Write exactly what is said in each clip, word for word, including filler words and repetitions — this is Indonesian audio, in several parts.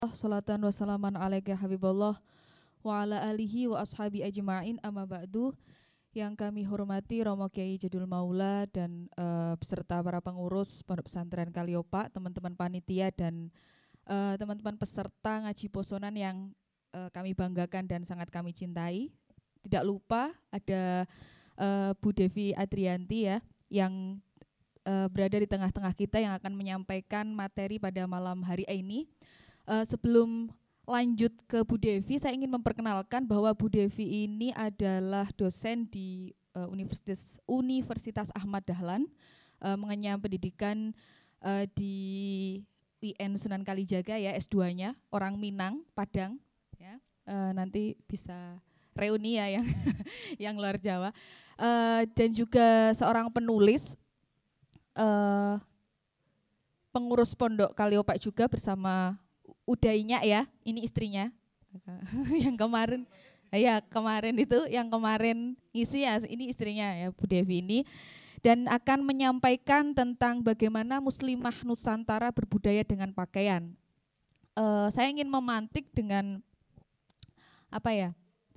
Salatan wassalaman alaika Habibullah wa ala alihi wa ashabi ajma'in amma ba'du. Yang kami hormati Romo Kiai Jadul Maula dan uh, beserta para pengurus Pondok Pesantren Kaliopak, teman-teman panitia dan uh, teman-teman peserta ngaji posonan yang uh, kami banggakan dan sangat kami cintai. Tidak lupa ada uh, Bu Devi Adrianti ya yang uh, berada di tengah-tengah kita yang akan menyampaikan materi pada malam hari ini. Uh, sebelum lanjut ke Bu Devi, saya ingin memperkenalkan bahwa Bu Devi ini adalah dosen di uh, Universitas Universitas Ahmad Dahlan, uh, mengenyam pendidikan uh, di U I N Sunan Kalijaga ya, S dua-nya, orang Minang, Padang ya. Uh, nanti bisa reuni ya yang yang luar Jawa. Uh, dan juga seorang penulis, uh, pengurus Pondok Kaliopak juga bersama Udainya ya, ini istrinya yang kemarin, ya kemarin itu yang kemarin ngisi ya, ini istrinya ya Bu Devi ini, dan akan menyampaikan tentang bagaimana Muslimah Nusantara berbudaya dengan pakaian. Uh, saya ingin memantik dengan apa ya,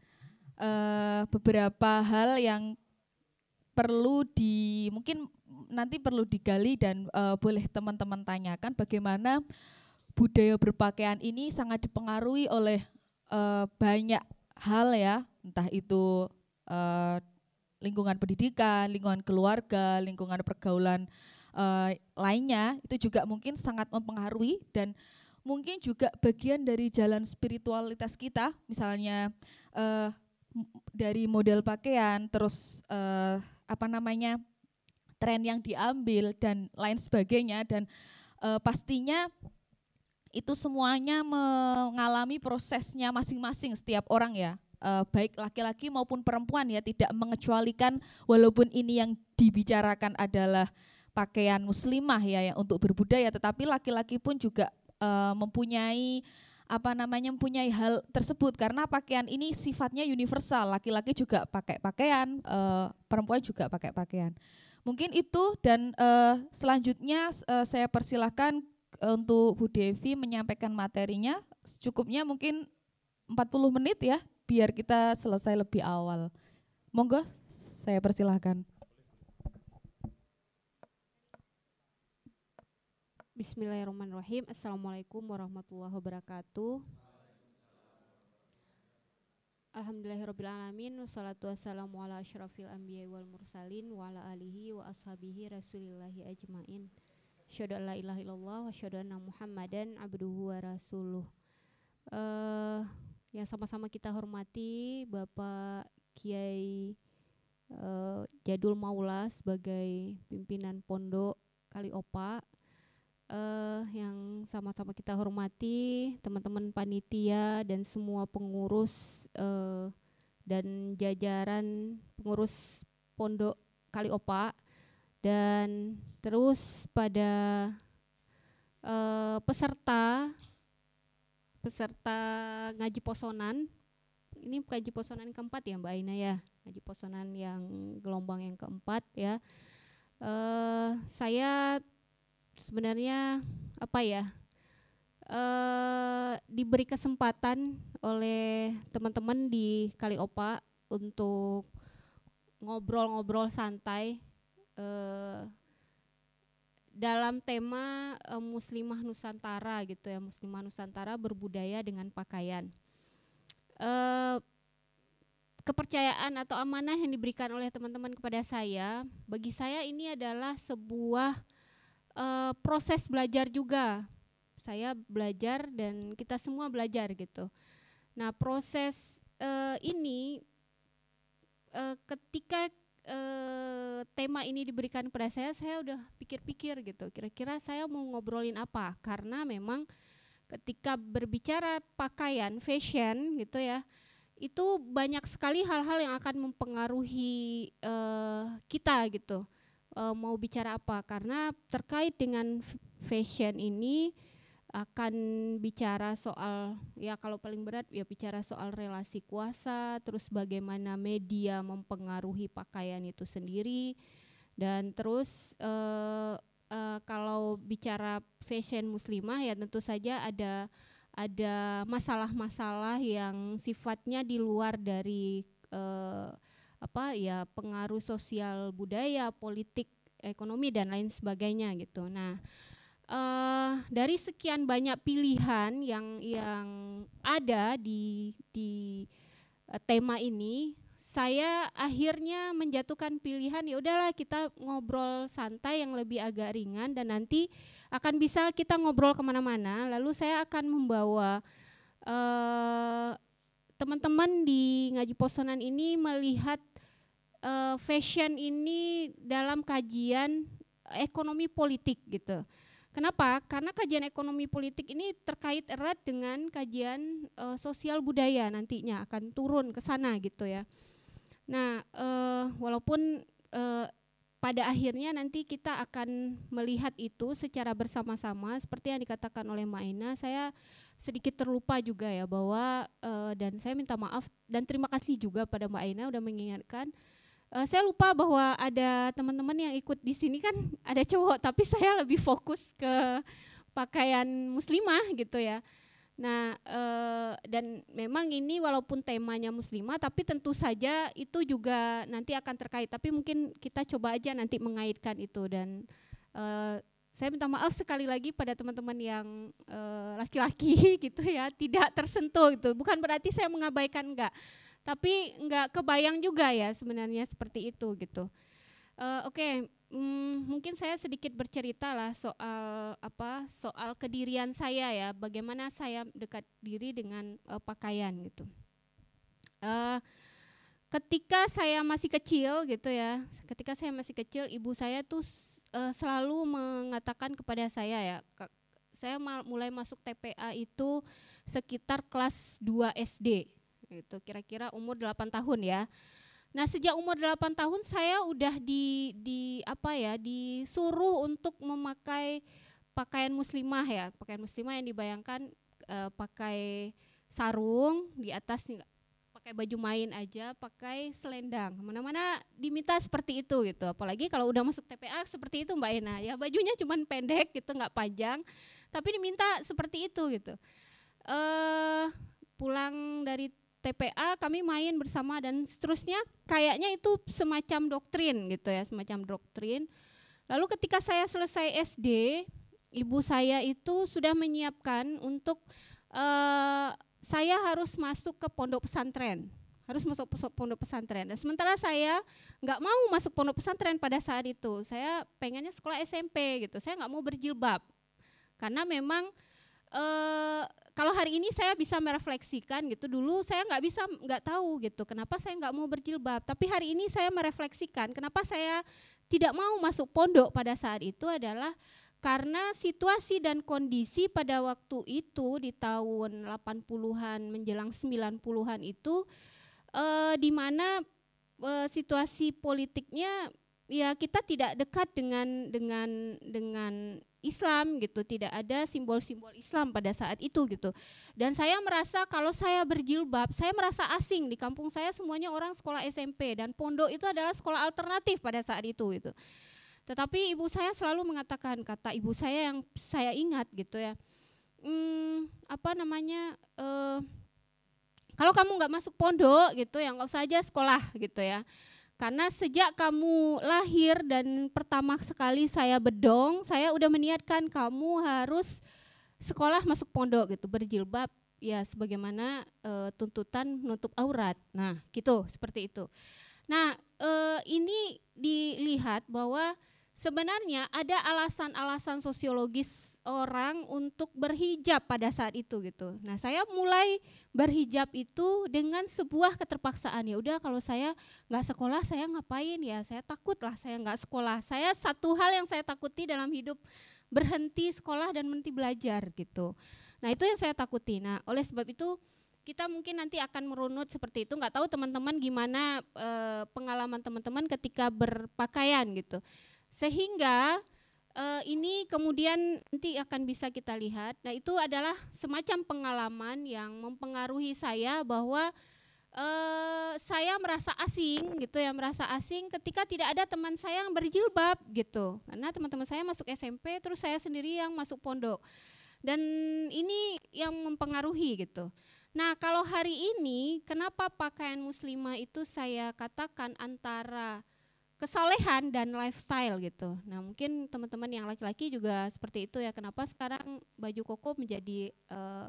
uh, beberapa hal yang perlu di mungkin nanti perlu digali dan uh, boleh teman-teman tanyakan bagaimana budaya berpakaian ini sangat dipengaruhi oleh uh, banyak hal ya, entah itu uh, lingkungan pendidikan, lingkungan keluarga, lingkungan pergaulan uh, lainnya, itu juga mungkin sangat mempengaruhi dan mungkin juga bagian dari jalan spiritualitas kita, misalnya uh, dari model pakaian, terus uh, apa namanya tren yang diambil dan lain sebagainya, dan uh, pastinya itu semuanya mengalami prosesnya masing-masing setiap orang ya, e, baik laki-laki maupun perempuan ya, tidak mengecualikan, walaupun ini yang dibicarakan adalah pakaian muslimah ya, ya untuk berbudaya, tetapi laki-laki pun juga e, mempunyai apa namanya mempunyai hal tersebut, karena pakaian ini sifatnya universal, laki-laki juga pakai pakaian, e, perempuan juga pakai pakaian. Mungkin itu, dan e, selanjutnya e, saya persilahkan untuk Bu Devi menyampaikan materinya, secukupnya mungkin empat puluh menit ya, biar kita selesai lebih awal. Monggo, saya persilahkan. Bismillahirrahmanirrahim. Assalamualaikum warahmatullahi wabarakatuh. Alhamdulillahirrabbilalamin. Wassalatu wassalamu ala asyrafil anbiya wal mursalin wa ala alihi wa ashabihi rasulillahi ajmain. Asyhadu an la ilaha illallah wa asyhadu anna Muhammadan abduhu wa rasuluh. Uh, yang sama-sama kita hormati Bapak Kiai uh, Jadul Maula sebagai pimpinan Pondok Kaliopak, uh, yang sama-sama kita hormati teman-teman panitia dan semua pengurus uh, dan jajaran pengurus Pondok Kaliopak, dan terus pada uh, peserta peserta ngaji posonan, ini ngaji posonan keempat ya Mbak Aina ya, ngaji posonan yang gelombang yang keempat ya. Uh, saya sebenarnya apa ya uh, diberi kesempatan oleh teman-teman di Kaliopak untuk ngobrol-ngobrol santai Uh, dalam tema uh, Muslimah Nusantara gitu ya, Muslimah Nusantara berbudaya dengan pakaian. Uh, kepercayaan atau amanah yang diberikan oleh teman-teman kepada saya, bagi saya ini adalah sebuah uh, proses belajar juga. Saya belajar dan kita semua belajar gitu. Nah, proses uh, ini uh, ketika Uh, tema ini diberikan kepada saya, saya udah pikir-pikir gitu, kira-kira saya mau ngobrolin apa, karena memang ketika berbicara pakaian, fashion gitu ya, itu banyak sekali hal-hal yang akan mempengaruhi uh, kita gitu, uh, mau bicara apa, karena terkait dengan fashion ini akan bicara soal, ya kalau paling berat ya bicara soal relasi kuasa, terus bagaimana media mempengaruhi pakaian itu sendiri, dan terus uh, uh, kalau bicara fashion muslimah ya tentu saja ada ada masalah-masalah yang sifatnya di luar dari eh, apa ya pengaruh sosial budaya, politik, ekonomi dan lain sebagainya gitu. Nah, eh, dari sekian banyak pilihan yang yang ada di di eh, tema ini, saya akhirnya menjatuhkan pilihan ya udahlah kita ngobrol santai yang lebih agak ringan dan nanti akan bisa kita ngobrol kemana-mana. Lalu saya akan membawa uh, teman-teman di Ngaji Posonan ini melihat uh, fashion ini dalam kajian ekonomi politik gitu. Kenapa? Karena kajian ekonomi politik ini terkait erat dengan kajian uh, sosial budaya nantinya akan turun ke sana gitu ya. Nah, uh, walaupun uh, pada akhirnya nanti kita akan melihat itu secara bersama-sama seperti yang dikatakan oleh Mbak Aina, saya sedikit terlupa juga ya bahwa uh, dan saya minta maaf dan terima kasih juga pada Mbak Aina udah mengingatkan. Uh, saya lupa bahwa ada teman-teman yang ikut di sini kan ada cowok, tapi saya lebih fokus ke pakaian muslimah gitu ya. Nah, eh, dan memang ini walaupun temanya muslimah, tapi tentu saja itu juga nanti akan terkait. Tapi mungkin kita coba aja nanti mengaitkan itu. Dan eh, saya minta maaf sekali lagi pada teman-teman yang eh, laki-laki gitu ya, tidak tersentuh itu. Bukan berarti saya mengabaikan enggak, tapi enggak kebayang juga ya sebenarnya seperti itu gitu. Uh, Oke, okay. hmm, mungkin saya sedikit bercerita lah soal apa, soal kedirian saya ya, bagaimana saya dekat diri dengan uh, pakaian gitu. Uh, ketika saya masih kecil gitu ya, ketika saya masih kecil, ibu saya tuh uh, selalu mengatakan kepada saya ya, saya ma- mulai masuk T P A itu sekitar kelas dua S D, gitu, kira-kira umur delapan tahun ya. Nah, sejak umur delapan tahun saya udah di di apa ya, disuruh untuk memakai pakaian muslimah ya. Pakaian muslimah yang dibayangkan uh, pakai sarung, di atas pakai baju main aja, pakai selendang. Mana-mana diminta seperti itu gitu. Apalagi kalau udah masuk T P A seperti itu Mbak Ena. Ya bajunya cuman pendek gitu, enggak panjang, tapi diminta seperti itu gitu. Uh, pulang dari T P A kami main bersama dan seterusnya, kayaknya itu semacam doktrin gitu ya, semacam doktrin. Lalu ketika saya selesai S D, ibu saya itu sudah menyiapkan untuk uh, saya harus masuk ke pondok pesantren, harus masuk pondok pesantren. Dan sementara saya nggak mau masuk pondok pesantren pada saat itu, saya pengennya sekolah S M P gitu, saya nggak mau berjilbab karena memang Uh, kalau hari ini saya bisa merefleksikan gitu, dulu saya nggak bisa, nggak tahu gitu kenapa saya nggak mau berjilbab, tapi hari ini saya merefleksikan kenapa saya tidak mau masuk pondok pada saat itu adalah karena situasi dan kondisi pada waktu itu di tahun delapan puluhan menjelang sembilan puluhan itu uh, di mana uh, situasi politiknya ya kita tidak dekat dengan dengan dengan Islam gitu, tidak ada simbol-simbol Islam pada saat itu gitu. Dan saya merasa kalau saya berjilbab, saya merasa asing. Di kampung saya semuanya orang sekolah S M P dan pondok itu adalah sekolah alternatif pada saat itu gitu. Tetapi ibu saya selalu mengatakan, kata ibu saya yang saya ingat gitu ya, hmm, apa namanya, uh, kalau kamu nggak masuk pondok gitu ya nggak usah aja sekolah gitu ya. Karena sejak kamu lahir dan pertama sekali saya bedong, saya udah meniatkan kamu harus sekolah masuk pondok gitu, berjilbab ya sebagaimana e, tuntutan menutup aurat. Nah, gitu, seperti itu. Nah, e, ini dilihat bahwa sebenarnya ada alasan-alasan sosiologis orang untuk berhijab pada saat itu gitu. Nah, saya mulai berhijab itu dengan sebuah keterpaksaan. Ya udah kalau saya nggak sekolah saya ngapain ya? Saya takut lah saya nggak sekolah. Saya satu hal yang saya takuti dalam hidup berhenti sekolah dan berhenti belajar gitu. Nah, itu yang saya takuti. Nah, oleh sebab itu kita mungkin nanti akan merunut seperti itu. Nggak tahu teman-teman gimana e, pengalaman teman-teman ketika berpakaian gitu. Sehingga uh, ini kemudian nanti akan bisa kita lihat. Nah, itu adalah semacam pengalaman yang mempengaruhi saya bahwa uh, saya merasa asing gitu ya, merasa asing ketika tidak ada teman saya yang berjilbab gitu. Karena teman-teman saya masuk S M P, terus saya sendiri yang masuk pondok. Dan ini yang mempengaruhi gitu. Nah, kalau hari ini kenapa pakaian muslimah itu saya katakan antara kesolehan dan lifestyle gitu. Nah, mungkin teman-teman yang laki-laki juga seperti itu ya. Kenapa sekarang baju koko menjadi uh,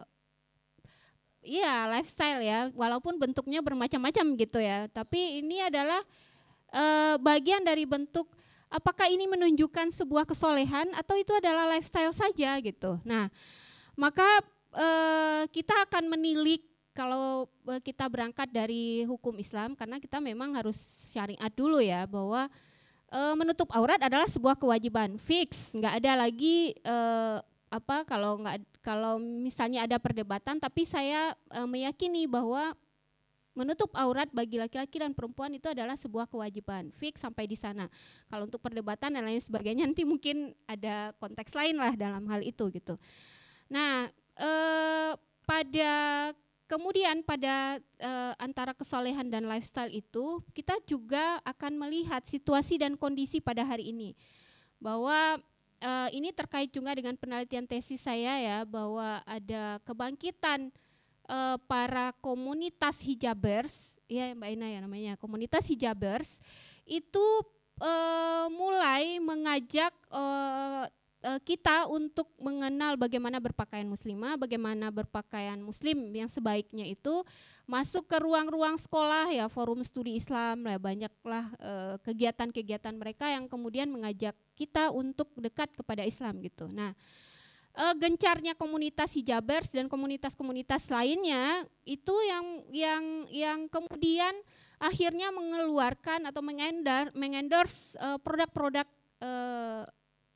iya lifestyle ya, walaupun bentuknya bermacam-macam gitu ya. Tapi ini adalah uh, bagian dari bentuk apakah ini menunjukkan sebuah kesolehan atau itu adalah lifestyle saja gitu. Nah, maka uh, kita akan menilik kalau uh, kita berangkat dari hukum Islam, karena kita memang harus syariat dulu ya, bahwa uh, menutup aurat adalah sebuah kewajiban fix, nggak ada lagi uh, apa kalau nggak kalau misalnya ada perdebatan, tapi saya uh, meyakini bahwa menutup aurat bagi laki-laki dan perempuan itu adalah sebuah kewajiban fix sampai di sana. Kalau untuk perdebatan dan lain sebagainya nanti mungkin ada konteks lain lah dalam hal itu gitu. Nah, eh, pada kemudian pada eh, antara kesolehan dan lifestyle itu kita juga akan melihat situasi dan kondisi pada hari ini, bahwa eh, ini terkait juga dengan penelitian tesis saya ya, bahwa ada kebangkitan eh, para komunitas hijabers, ya Mbak Ina ya namanya, komunitas hijabers itu eh, mulai mengajak eh, kita untuk mengenal bagaimana berpakaian muslimah, bagaimana berpakaian muslim yang sebaiknya itu masuk ke ruang-ruang sekolah ya, forum studi Islam lah, banyaklah uh, kegiatan-kegiatan mereka yang kemudian mengajak kita untuk dekat kepada Islam gitu. Nah, uh, gencarnya komunitas hijabers dan komunitas-komunitas lainnya itu yang yang yang kemudian akhirnya mengeluarkan atau mengendorse, mengendorse uh, produk-produk uh,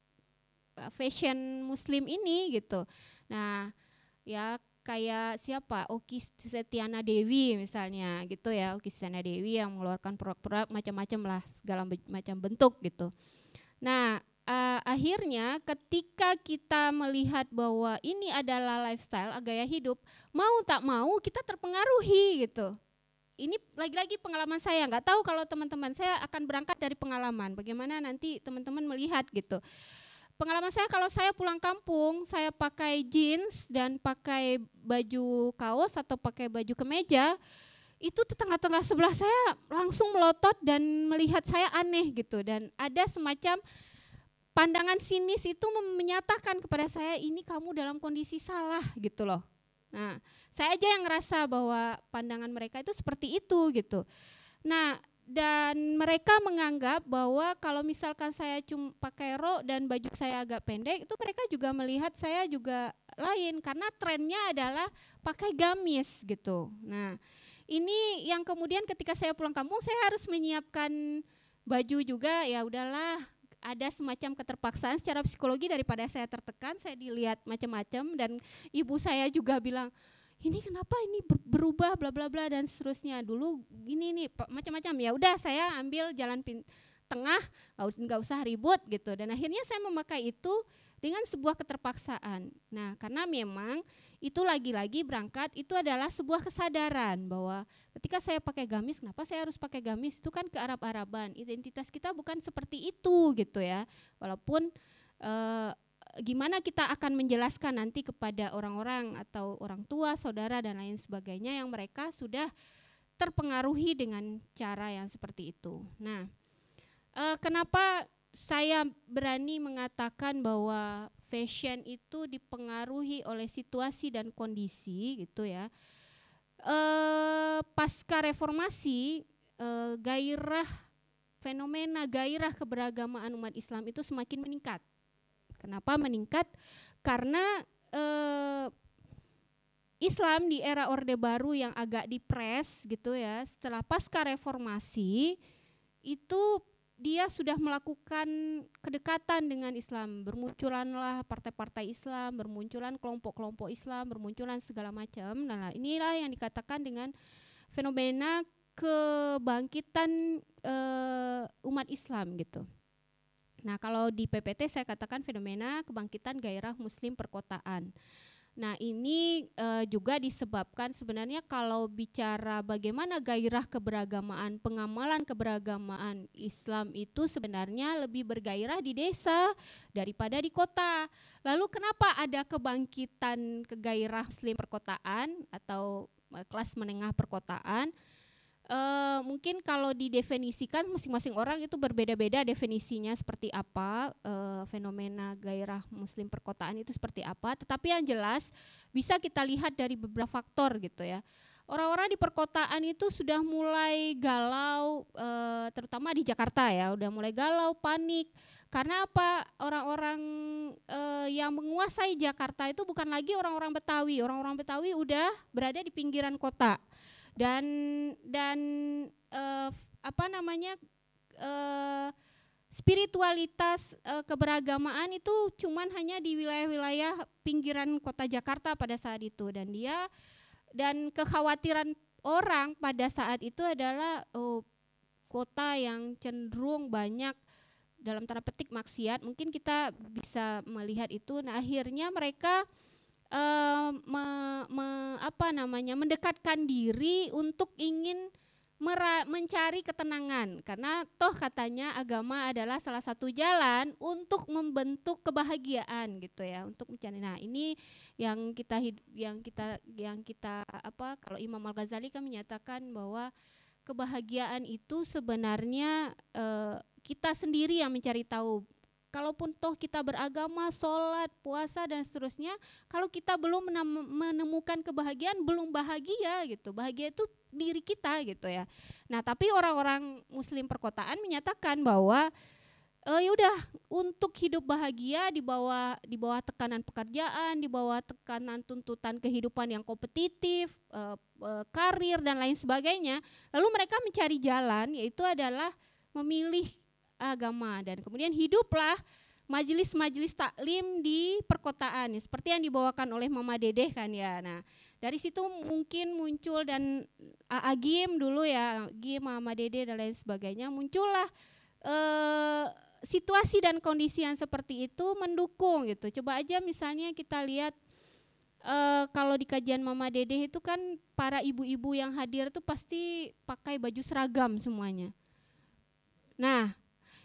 fashion muslim ini gitu. Nah, ya kayak siapa? Oki Setiana Dewi misalnya gitu ya. Oki Setiana Dewi yang mengeluarkan produk-produk macam-macam lah, segala macam bentuk gitu. Nah, uh, akhirnya ketika kita melihat bahwa ini adalah lifestyle, gaya hidup, mau tak mau kita terpengaruhi gitu. Ini lagi-lagi pengalaman saya, nggak tahu kalau teman-teman, saya akan berangkat dari pengalaman. Bagaimana nanti teman-teman melihat gitu. Pengalaman saya kalau saya pulang kampung, saya pakai jeans dan pakai baju kaos atau pakai baju kemeja, itu tetangga-tetangga sebelah saya langsung melotot dan melihat saya aneh gitu. Dan ada semacam pandangan sinis itu menyatakan kepada saya, ini kamu dalam kondisi salah gitu loh. Nah, saya aja yang ngerasa bahwa pandangan mereka itu seperti itu gitu. Nah, dan mereka menganggap bahwa kalau misalkan saya cuma pakai rok dan baju saya agak pendek, itu mereka juga melihat saya juga lain, karena trennya adalah pakai gamis gitu. Nah, ini yang kemudian ketika saya pulang kampung, saya harus menyiapkan baju juga, ya udahlah, ada semacam keterpaksaan secara psikologi, daripada saya tertekan, saya dilihat macam-macam, dan ibu saya juga bilang, ini kenapa ini berubah bla bla bla dan seterusnya, dulu gini nih macam-macam. Ya udah, saya ambil jalan pin- tengah, nggak usah ribut gitu. Dan akhirnya saya memakai itu dengan sebuah keterpaksaan. Nah, karena memang itu lagi-lagi berangkat itu adalah sebuah kesadaran bahwa ketika saya pakai gamis, kenapa saya harus pakai gamis? Itu kan ke Arab-Araban. Identitas kita bukan seperti itu gitu ya. Walaupun uh, gimana kita akan menjelaskan nanti kepada orang-orang atau orang tua, saudara dan lain sebagainya yang mereka sudah terpengaruhi dengan cara yang seperti itu. Nah, e, kenapa saya berani mengatakan bahwa fashion itu dipengaruhi oleh situasi dan kondisi gitu ya. E, pasca reformasi, e, gairah fenomena gairah keberagamaan umat Islam itu semakin meningkat. Kenapa meningkat? Karena eh, Islam di era Orde Baru yang agak dipres gitu ya, setelah pasca reformasi itu dia sudah melakukan kedekatan dengan Islam, bermunculanlah partai-partai Islam, bermunculan kelompok-kelompok Islam, bermunculan segala macam. Nah, inilah yang dikatakan dengan fenomena kebangkitan eh, umat Islam gitu. Nah, kalau di P P T saya katakan fenomena kebangkitan gairah muslim perkotaan. Nah ini uh, juga disebabkan sebenarnya kalau bicara bagaimana gairah keberagamaan, pengamalan keberagamaan Islam itu sebenarnya lebih bergairah di desa daripada di kota. Lalu kenapa ada kebangkitan kegairah Muslim perkotaan atau uh, kelas menengah perkotaan? Uh, mungkin kalau didefinisikan masing-masing orang itu berbeda-beda definisinya seperti apa, uh, fenomena gairah Muslim perkotaan itu seperti apa, tetapi yang jelas bisa kita lihat dari beberapa faktor gitu ya. Orang-orang di perkotaan itu sudah mulai galau, uh, terutama di Jakarta ya, udah mulai galau, panik. Karena apa? Orang-orang uh, yang menguasai Jakarta itu bukan lagi orang-orang Betawi, orang-orang Betawi udah berada di pinggiran kota. Dan dan uh, apa namanya uh, spiritualitas uh, keberagamaan itu cuman hanya di wilayah-wilayah pinggiran kota Jakarta pada saat itu, dan dia dan kekhawatiran orang pada saat itu adalah oh, kota yang cenderung banyak dalam tanda petik maksiat, mungkin kita bisa melihat itu. Nah akhirnya mereka Uh, me, me, apa namanya mendekatkan diri untuk ingin mera, mencari ketenangan, karena toh katanya agama adalah salah satu jalan untuk membentuk kebahagiaan gitu ya, untuk mencari. Nah ini yang kita yang kita yang kita apa kalau Imam Al-Ghazali kan menyatakan bahwa kebahagiaan itu sebenarnya uh, kita sendiri yang mencari tahu. Kalaupun toh kita beragama, sholat, puasa dan seterusnya, kalau kita belum menemukan kebahagiaan, belum bahagia gitu. Bahagia itu diri kita gitu ya. Nah tapi orang-orang Muslim perkotaan menyatakan bahwa e, yaudah untuk hidup bahagia di bawah di bawah tekanan pekerjaan, di bawah tekanan tuntutan kehidupan yang kompetitif, e, e, karir dan lain sebagainya. Lalu mereka mencari jalan, yaitu adalah memilih agama, dan kemudian hiduplah majelis-majelis taklim di perkotaan seperti yang dibawakan oleh Mama Dedeh kan ya. Nah dari situ mungkin muncul, dan Agim dulu ya, Agim, Mama Dedeh dan lain sebagainya, muncullah eh, situasi dan kondisi yang seperti itu mendukung gitu. Coba aja misalnya kita lihat eh, kalau di kajian Mama Dedeh itu kan para ibu-ibu yang hadir itu pasti pakai baju seragam semuanya. Nah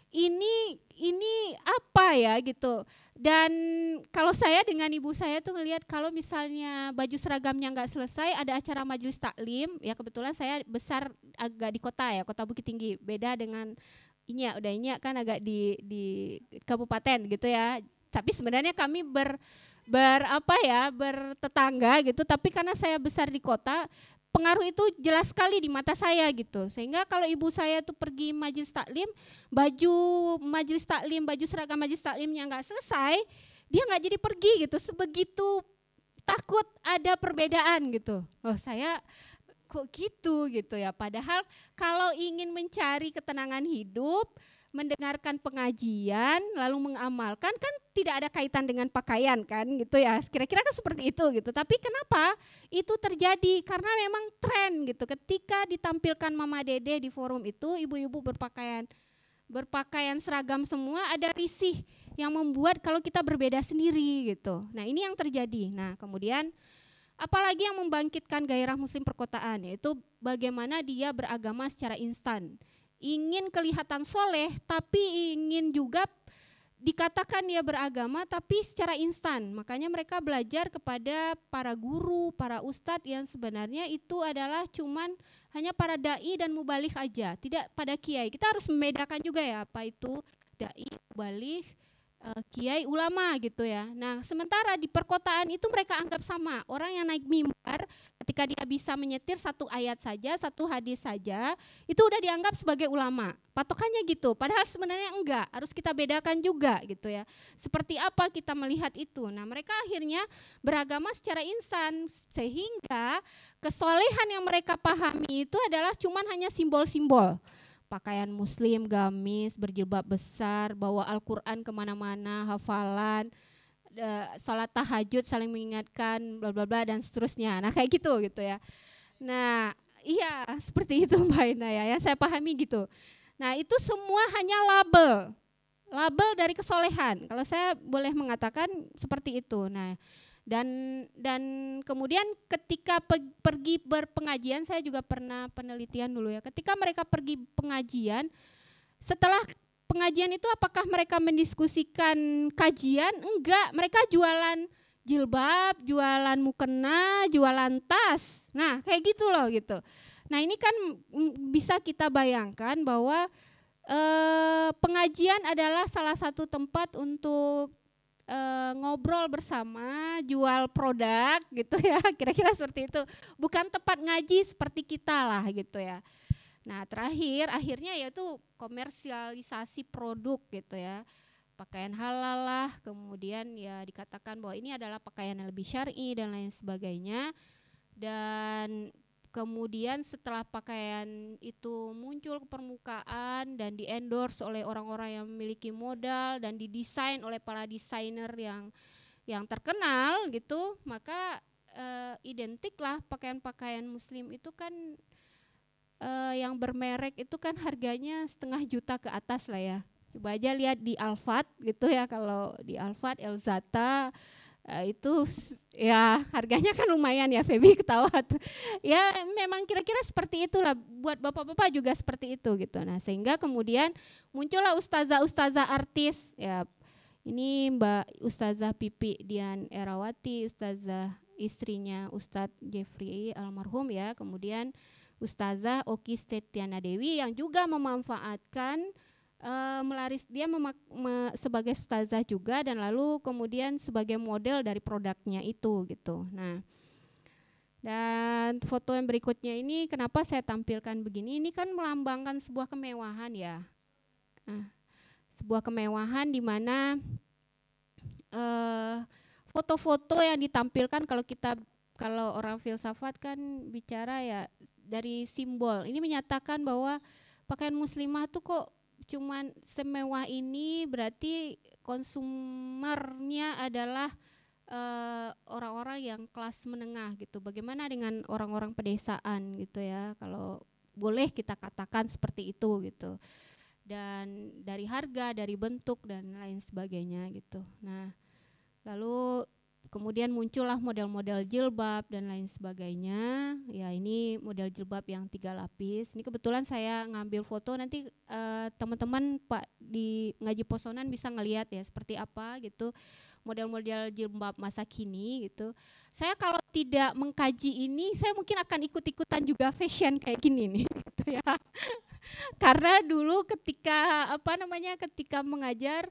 ini ini apa ya gitu. Dan kalau saya dengan ibu saya tuh ngelihat kalau misalnya baju seragamnya nggak selesai, ada acara majelis taklim ya, kebetulan saya besar agak di kota ya, kota Bukit Tinggi, beda dengan Inya, udah Inya kan agak di di kabupaten gitu ya, tapi sebenarnya kami ber ber apa ya bertetangga gitu, tapi karena saya besar di kota, pengaruh itu jelas sekali di mata saya gitu. Sehingga kalau ibu saya tuh pergi majelis taklim, baju majelis taklim, baju seragam majelis taklimnya nggak selesai, dia nggak jadi pergi gitu. Sebegitu takut ada perbedaan gitu. Oh saya kok gitu gitu ya. Padahal kalau ingin mencari ketenangan hidup, mendengarkan pengajian lalu mengamalkan kan tidak ada kaitan dengan pakaian kan gitu ya, kira-kira kan seperti itu gitu. Tapi kenapa itu terjadi? Karena memang tren gitu, ketika ditampilkan Mama Dedeh di forum itu, ibu-ibu berpakaian berpakaian seragam semua, ada risih yang membuat kalau kita berbeda sendiri gitu. Nah ini yang terjadi. Nah kemudian apalagi yang membangkitkan gairah Muslim perkotaan, yaitu bagaimana dia beragama secara instan. Ingin kelihatan soleh, tapi ingin juga dikatakan dia beragama, tapi secara instan. Makanya mereka belajar kepada para guru, para ustadz yang sebenarnya itu adalah cuman hanya para da'i dan mubalik aja, tidak pada kiai. Kita harus membedakan juga ya, apa itu da'i, mubalik, uh, kiai, ulama gitu ya. Nah sementara di perkotaan itu mereka anggap sama. Orang yang naik mimbar ketika dia bisa menyetir satu ayat saja, satu hadis saja, itu udah dianggap sebagai ulama. Patokannya gitu, padahal sebenarnya enggak, harus kita bedakan juga gitu ya. Seperti apa kita melihat itu. Nah mereka akhirnya beragama secara instan, sehingga kesolehan yang mereka pahami itu adalah cuman hanya simbol-simbol. Pakaian muslim, gamis, berjilbab besar, bawa Al-Quran kemana-mana, hafalan, Uh, salat tahajud, saling mengingatkan, bla bla bla dan seterusnya. Nah kayak gitu gitu ya. Nah iya seperti itu Mbak Ina ya, yang saya pahami gitu. Nah itu semua hanya label, label dari kesolehan. Kalau saya boleh mengatakan seperti itu. Nah Dan dan kemudian ketika pe- pergi berpengajian, saya juga pernah penelitian dulu ya. Ketika mereka pergi pengajian, setelah pengajian itu apakah mereka mendiskusikan kajian? Enggak, mereka jualan jilbab, jualan mukena, jualan tas. Nah, kayak gitu loh gitu. Nah, ini kan bisa kita bayangkan bahwa eh, pengajian adalah salah satu tempat untuk Uh, ngobrol bersama, jual produk gitu ya, kira-kira seperti itu. Bukan tempat ngaji seperti kita lah gitu ya. Nah terakhir, akhirnya yaitu komersialisasi produk gitu ya. Pakaian halal lah, kemudian ya dikatakan bahwa ini adalah pakaian yang lebih syar'i dan lain sebagainya. Dan kemudian setelah pakaian itu muncul ke permukaan dan di-endorse oleh orang-orang yang memiliki modal dan didesain oleh para desainer yang yang terkenal gitu, maka uh, identiklah pakaian-pakaian muslim itu kan uh, yang bermerek itu kan harganya setengah juta ke atas lah ya. Coba aja lihat di Alphard gitu ya, kalau di Alphard, Elzata, Uh, itu ya harganya kan lumayan ya, Feby ketawa tuh. Ya memang kira-kira seperti itulah, buat bapak-bapak juga seperti itu gitu. Nah sehingga kemudian muncullah ustazah-ustazah artis ya. Ini Mbak Ustazah Pipi Dian Erawati, ustazah istrinya Ustadz Jeffrey almarhum ya. Kemudian Ustazah Oki Setiana Dewi yang juga memanfaatkan Uh, melaris dia memak, me, sebagai ustazah juga dan lalu kemudian sebagai model dari produknya itu gitu. Nah, dan foto yang berikutnya ini kenapa saya tampilkan begini? Ini kan melambangkan sebuah kemewahan ya, nah, sebuah kemewahan di mana uh, foto-foto yang ditampilkan, kalau kita kalau orang filsafat kan bicara ya dari simbol. Ini menyatakan bahwa pakaian muslimah tuh kok cuman semewah ini, berarti konsumernya adalah uh, orang-orang yang kelas menengah gitu. Bagaimana dengan orang-orang pedesaan gitu ya, kalau boleh kita katakan seperti itu gitu. Dan dari harga, dari bentuk dan lain sebagainya gitu. Nah, lalu kemudian muncullah model-model jilbab dan lain sebagainya. Ya ini model jilbab yang tiga lapis. Ini kebetulan saya ngambil foto, nanti uh, teman-teman Pak di Ngaji Posonan bisa ngelihat ya seperti apa gitu model-model jilbab masa kini gitu. Saya kalau tidak mengkaji ini, saya mungkin akan ikut-ikutan juga fashion kayak gini nih gitu ya. Karena dulu ketika apa namanya ketika mengajar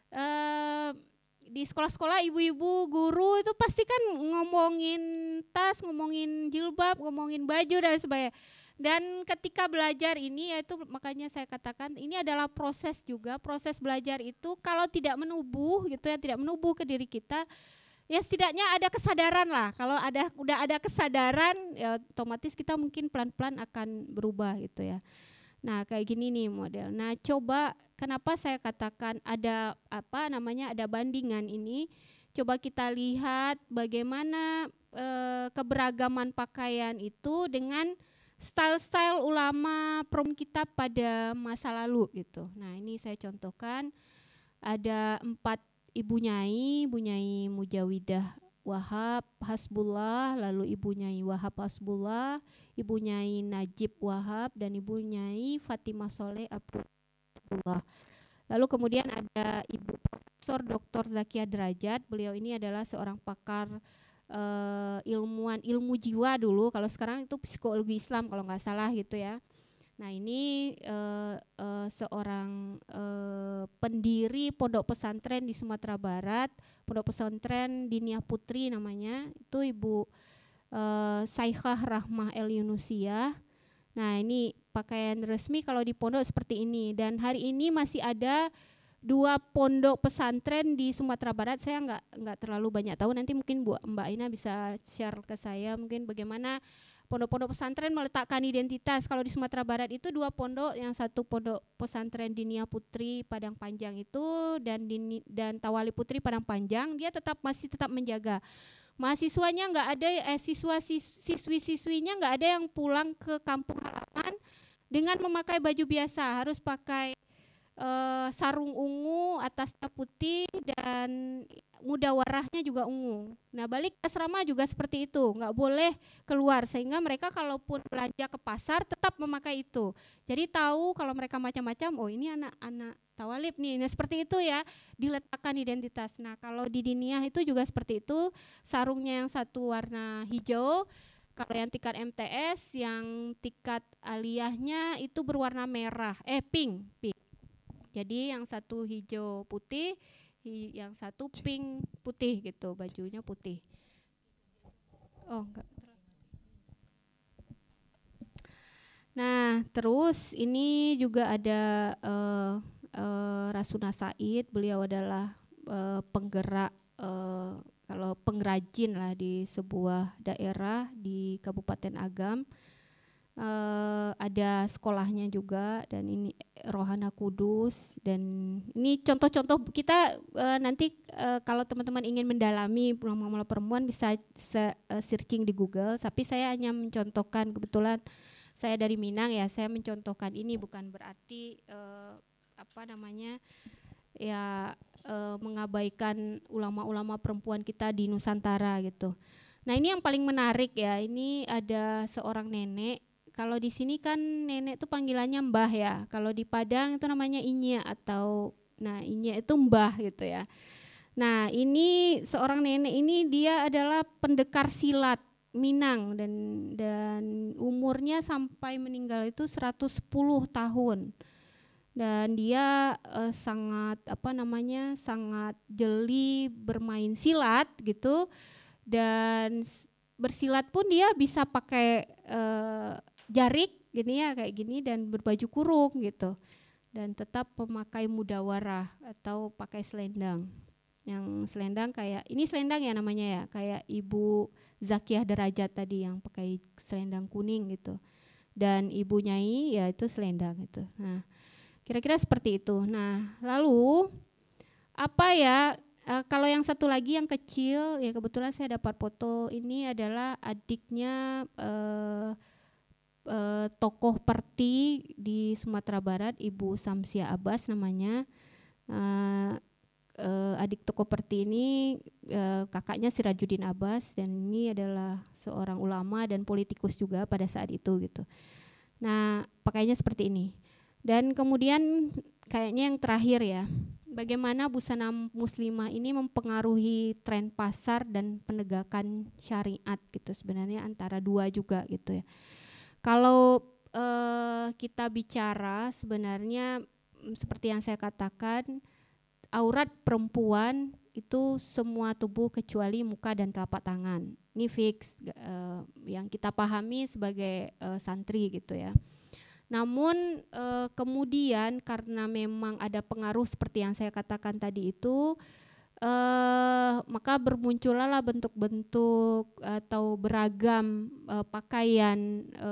uh, di sekolah-sekolah, ibu-ibu guru itu pasti kan ngomongin tas, ngomongin jilbab, ngomongin baju dan sebagainya. Dan ketika belajar ini, yaitu makanya saya katakan ini adalah proses juga. Proses belajar itu kalau tidak menubuh gitu ya, tidak menubuh ke diri kita, ya setidaknya ada kesadaran lah. Kalau ada udah ada kesadaran, ya otomatis kita mungkin pelan-pelan akan berubah gitu ya. Nah kayak gini nih model. Nah coba kenapa saya katakan ada apa namanya ada bandingan ini. Coba kita lihat bagaimana e, keberagaman pakaian itu dengan style-style ulama prom kita pada masa lalu gitu. Nah ini saya contohkan ada empat ibu nyai, ibu nyai Mujawidah Wahab Hasbullah, lalu ibu nyai Wahab Hasbullah, ibu nyai Najib Wahab, dan ibu nyai Fatimah Soleh Abdullah. Lalu kemudian ada ibu Profesor Doktor Zakia Derajat. Beliau ini adalah seorang pakar uh, ilmuwan ilmu jiwa dulu. Kalau sekarang itu psikologi Islam kalau nggak salah gitu ya. Nah ini uh, uh, seorang uh, pendiri pondok pesantren di Sumatera Barat, pondok pesantren Dinia Putri namanya, itu Ibu uh, Saikhah Rahmah El Yunusiyah. Nah ini pakaian resmi kalau di pondok seperti ini, dan hari ini masih ada dua pondok pesantren di Sumatera Barat. Saya nggak nggak terlalu banyak tahu, nanti mungkin Bu Mbak Ina bisa share ke saya mungkin bagaimana pondok-pondok pesantren meletakkan identitas. Kalau di Sumatera Barat itu dua pondok, yang satu pondok pesantren Dinia Putri Padang Panjang itu dan Dini, dan Tawali Putri Padang Panjang, dia tetap masih tetap menjaga mahasiswanya, nggak ada eh, siswa siswi-siswinya nggak ada yang pulang ke kampung halaman dengan memakai baju biasa, harus pakai uh, sarung ungu, atasnya putih, dan mudawarahnya juga ungu. Nah, balik asrama juga seperti itu, nggak boleh keluar, sehingga mereka kalaupun belanja ke pasar tetap memakai itu. Jadi tahu kalau mereka macam-macam, oh ini anak-anak tawalib nih. Nah, seperti itu ya, diletakkan identitas. Nah, kalau di diniyah itu juga seperti itu, sarungnya yang satu warna hijau. Kalau yang tingkat M T S, yang tingkat aliyahnya itu berwarna merah, eh pink, pink. Jadi yang satu hijau putih, hi, yang satu pink putih gitu, bajunya putih. Oh enggak. Nah terus ini juga ada uh, uh, Rasuna Said, beliau adalah uh, penggerak uh, kalau pengrajin lah di sebuah daerah di Kabupaten Agam. Uh, ada sekolahnya juga, dan ini Rohana Kudus, dan ini contoh-contoh kita uh, nanti uh, kalau teman-teman ingin mendalami muamalah perempuan bisa se- uh, searching di Google, tapi saya hanya mencontohkan, kebetulan saya dari Minang ya, saya mencontohkan ini, bukan berarti uh, apa namanya ya uh, mengabaikan ulama-ulama perempuan kita di Nusantara gitu. Nah ini yang paling menarik ya, ini ada seorang nenek. Kalau di sini kan nenek itu panggilannya mbah ya, kalau di Padang itu namanya inya atau nah inya itu mbah gitu ya. Nah ini seorang nenek ini dia adalah pendekar silat Minang, dan dan umurnya sampai meninggal itu seratus sepuluh tahun. Dan dia uh, sangat apa namanya sangat jeli bermain silat gitu, dan bersilat pun dia bisa pakai uh, jarik gini ya kayak gini dan berbaju kurung gitu, dan tetap memakai mudawarah atau pakai selendang. Yang selendang kayak ini selendang ya namanya ya, kayak Ibu Zakiyah Derajat tadi yang pakai selendang kuning gitu, dan Ibu Nyai ya itu selendang gitu. Nah kira-kira seperti itu. Nah, lalu apa ya? Uh, kalau yang satu lagi yang kecil, ya kebetulan saya dapat foto ini adalah adiknya uh, uh, tokoh Perti di Sumatera Barat, Ibu Samsia Abbas namanya. Uh, uh, adik tokoh Perti ini uh, kakaknya Sirajuddin Abbas, dan ini adalah seorang ulama dan politikus juga pada saat itu gitu. Nah, pakainya seperti ini. Dan kemudian kayaknya yang terakhir ya, bagaimana busana muslimah ini mempengaruhi tren pasar dan penegakan syariat gitu, sebenarnya antara dua juga gitu ya. Kalau uh, kita bicara sebenarnya seperti yang saya katakan, aurat perempuan itu semua tubuh kecuali muka dan telapak tangan. Ini fix uh, yang kita pahami sebagai uh, santri gitu ya. Namun e, kemudian karena memang ada pengaruh seperti yang saya katakan tadi itu, e, maka bermuncullah bentuk-bentuk atau beragam e, pakaian e,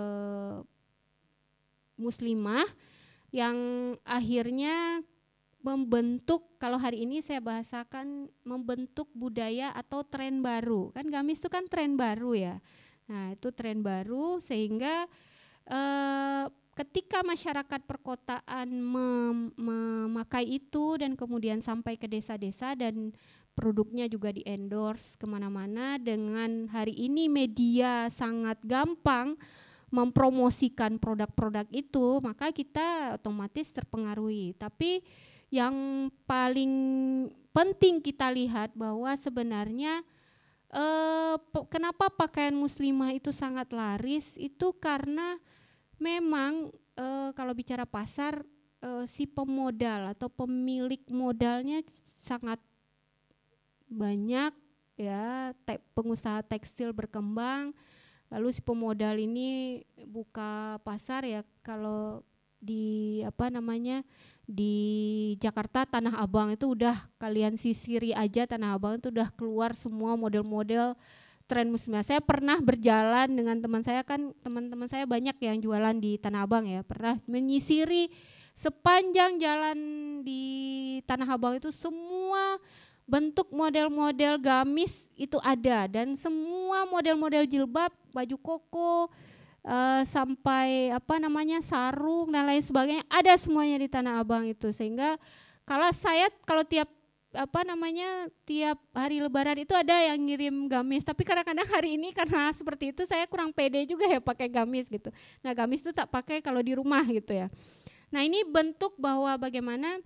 muslimah yang akhirnya membentuk, kalau hari ini saya bahasakan membentuk budaya atau tren baru. Kan gamis itu kan tren baru ya. Nah itu tren baru sehingga e, ketika masyarakat perkotaan mem- memakai itu dan kemudian sampai ke desa-desa dan produknya juga di-endorse kemana-mana, dengan hari ini media sangat gampang mempromosikan produk-produk itu, maka kita otomatis terpengaruhi. Tapi yang paling penting kita lihat bahwa sebenarnya eh, kenapa pakaian muslimah itu sangat laris, itu karena memang e, kalau bicara pasar e, si pemodal atau pemilik modalnya sangat banyak ya, te- pengusaha tekstil berkembang, lalu si pemodal ini buka pasar ya, kalau di apa namanya di Jakarta Tanah Abang itu udah kalian sisiri aja, Tanah Abang itu udah keluar semua model-model tren muslimah. Saya pernah berjalan dengan teman saya, kan teman-teman saya banyak yang jualan di Tanah Abang ya, pernah menyisiri sepanjang jalan di Tanah Abang itu semua bentuk model-model gamis itu ada, dan semua model-model jilbab, baju koko, uh, sampai apa namanya sarung dan lain sebagainya, ada semuanya di Tanah Abang itu. Sehingga kalau saya kalau tiap apa namanya tiap hari Lebaran itu ada yang ngirim gamis, tapi kadang-kadang hari ini karena seperti itu saya kurang pede juga ya pakai gamis gitu. Nah gamis itu tak pakai kalau di rumah gitu ya. Nah ini bentuk bahwa bagaimana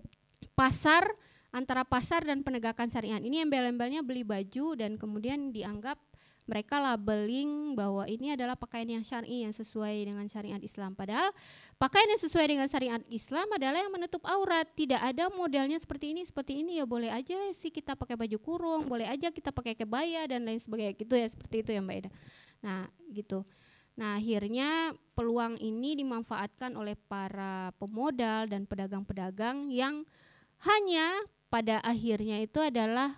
pasar, antara pasar dan penegakan syariat ini embel-embelnya beli baju dan kemudian dianggap mereka labeling bahwa ini adalah pakaian yang syar'i, yang sesuai dengan syariat Islam. Padahal pakaian yang sesuai dengan syariat Islam adalah yang menutup aurat. Tidak ada modelnya seperti ini, seperti ini ya boleh aja sih kita pakai baju kurung, boleh aja kita pakai kebaya dan lain sebagainya gitu ya, seperti itu ya Mbak Eda. Nah gitu. Nah akhirnya peluang ini dimanfaatkan oleh para pemodal dan pedagang-pedagang yang hanya pada akhirnya itu adalah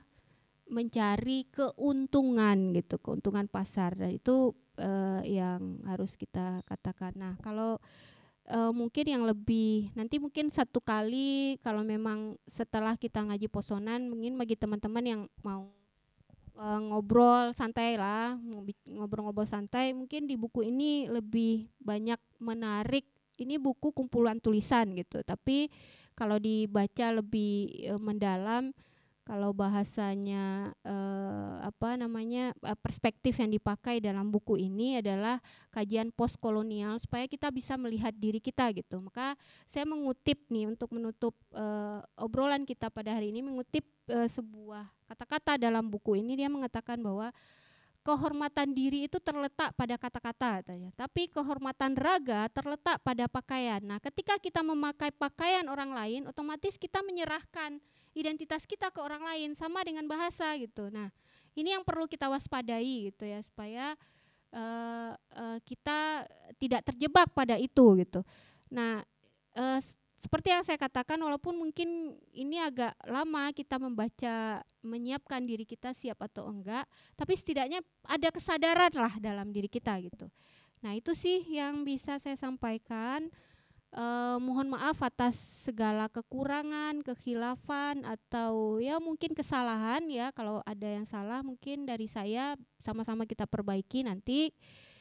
mencari keuntungan gitu, keuntungan pasar, dan itu uh, yang harus kita katakan. Nah kalau uh, mungkin yang lebih nanti mungkin satu kali kalau memang setelah kita ngaji posonan, mungkin bagi teman-teman yang mau uh, ngobrol santai lah, ngobrol-ngobrol santai, mungkin di buku ini lebih banyak menarik. Ini buku kumpulan tulisan gitu, tapi kalau dibaca lebih uh, mendalam, kalau bahasanya eh, apa namanya eh, perspektif yang dipakai dalam buku ini adalah kajian postkolonial supaya kita bisa melihat diri kita gitu. Maka saya mengutip nih untuk menutup eh, obrolan kita pada hari ini, mengutip eh, sebuah kata-kata dalam buku ini. Dia mengatakan bahwa kehormatan diri itu terletak pada kata-kata, tapi kehormatan raga terletak pada pakaian. Nah, ketika kita memakai pakaian orang lain, otomatis kita menyerahkan identitas kita ke orang lain, sama dengan bahasa gitu. Nah, ini yang perlu kita waspadai gitu ya, supaya uh, uh, kita tidak terjebak pada itu gitu. Nah, uh, seperti yang saya katakan, walaupun mungkin ini agak lama kita membaca, menyiapkan diri kita siap atau enggak, tapi setidaknya ada kesadaran lah dalam diri kita gitu. Nah, itu sih yang bisa saya sampaikan. Uh, mohon maaf atas segala kekurangan, kekhilafan atau ya mungkin kesalahan ya. Kalau ada yang salah mungkin dari saya, sama-sama kita perbaiki nanti.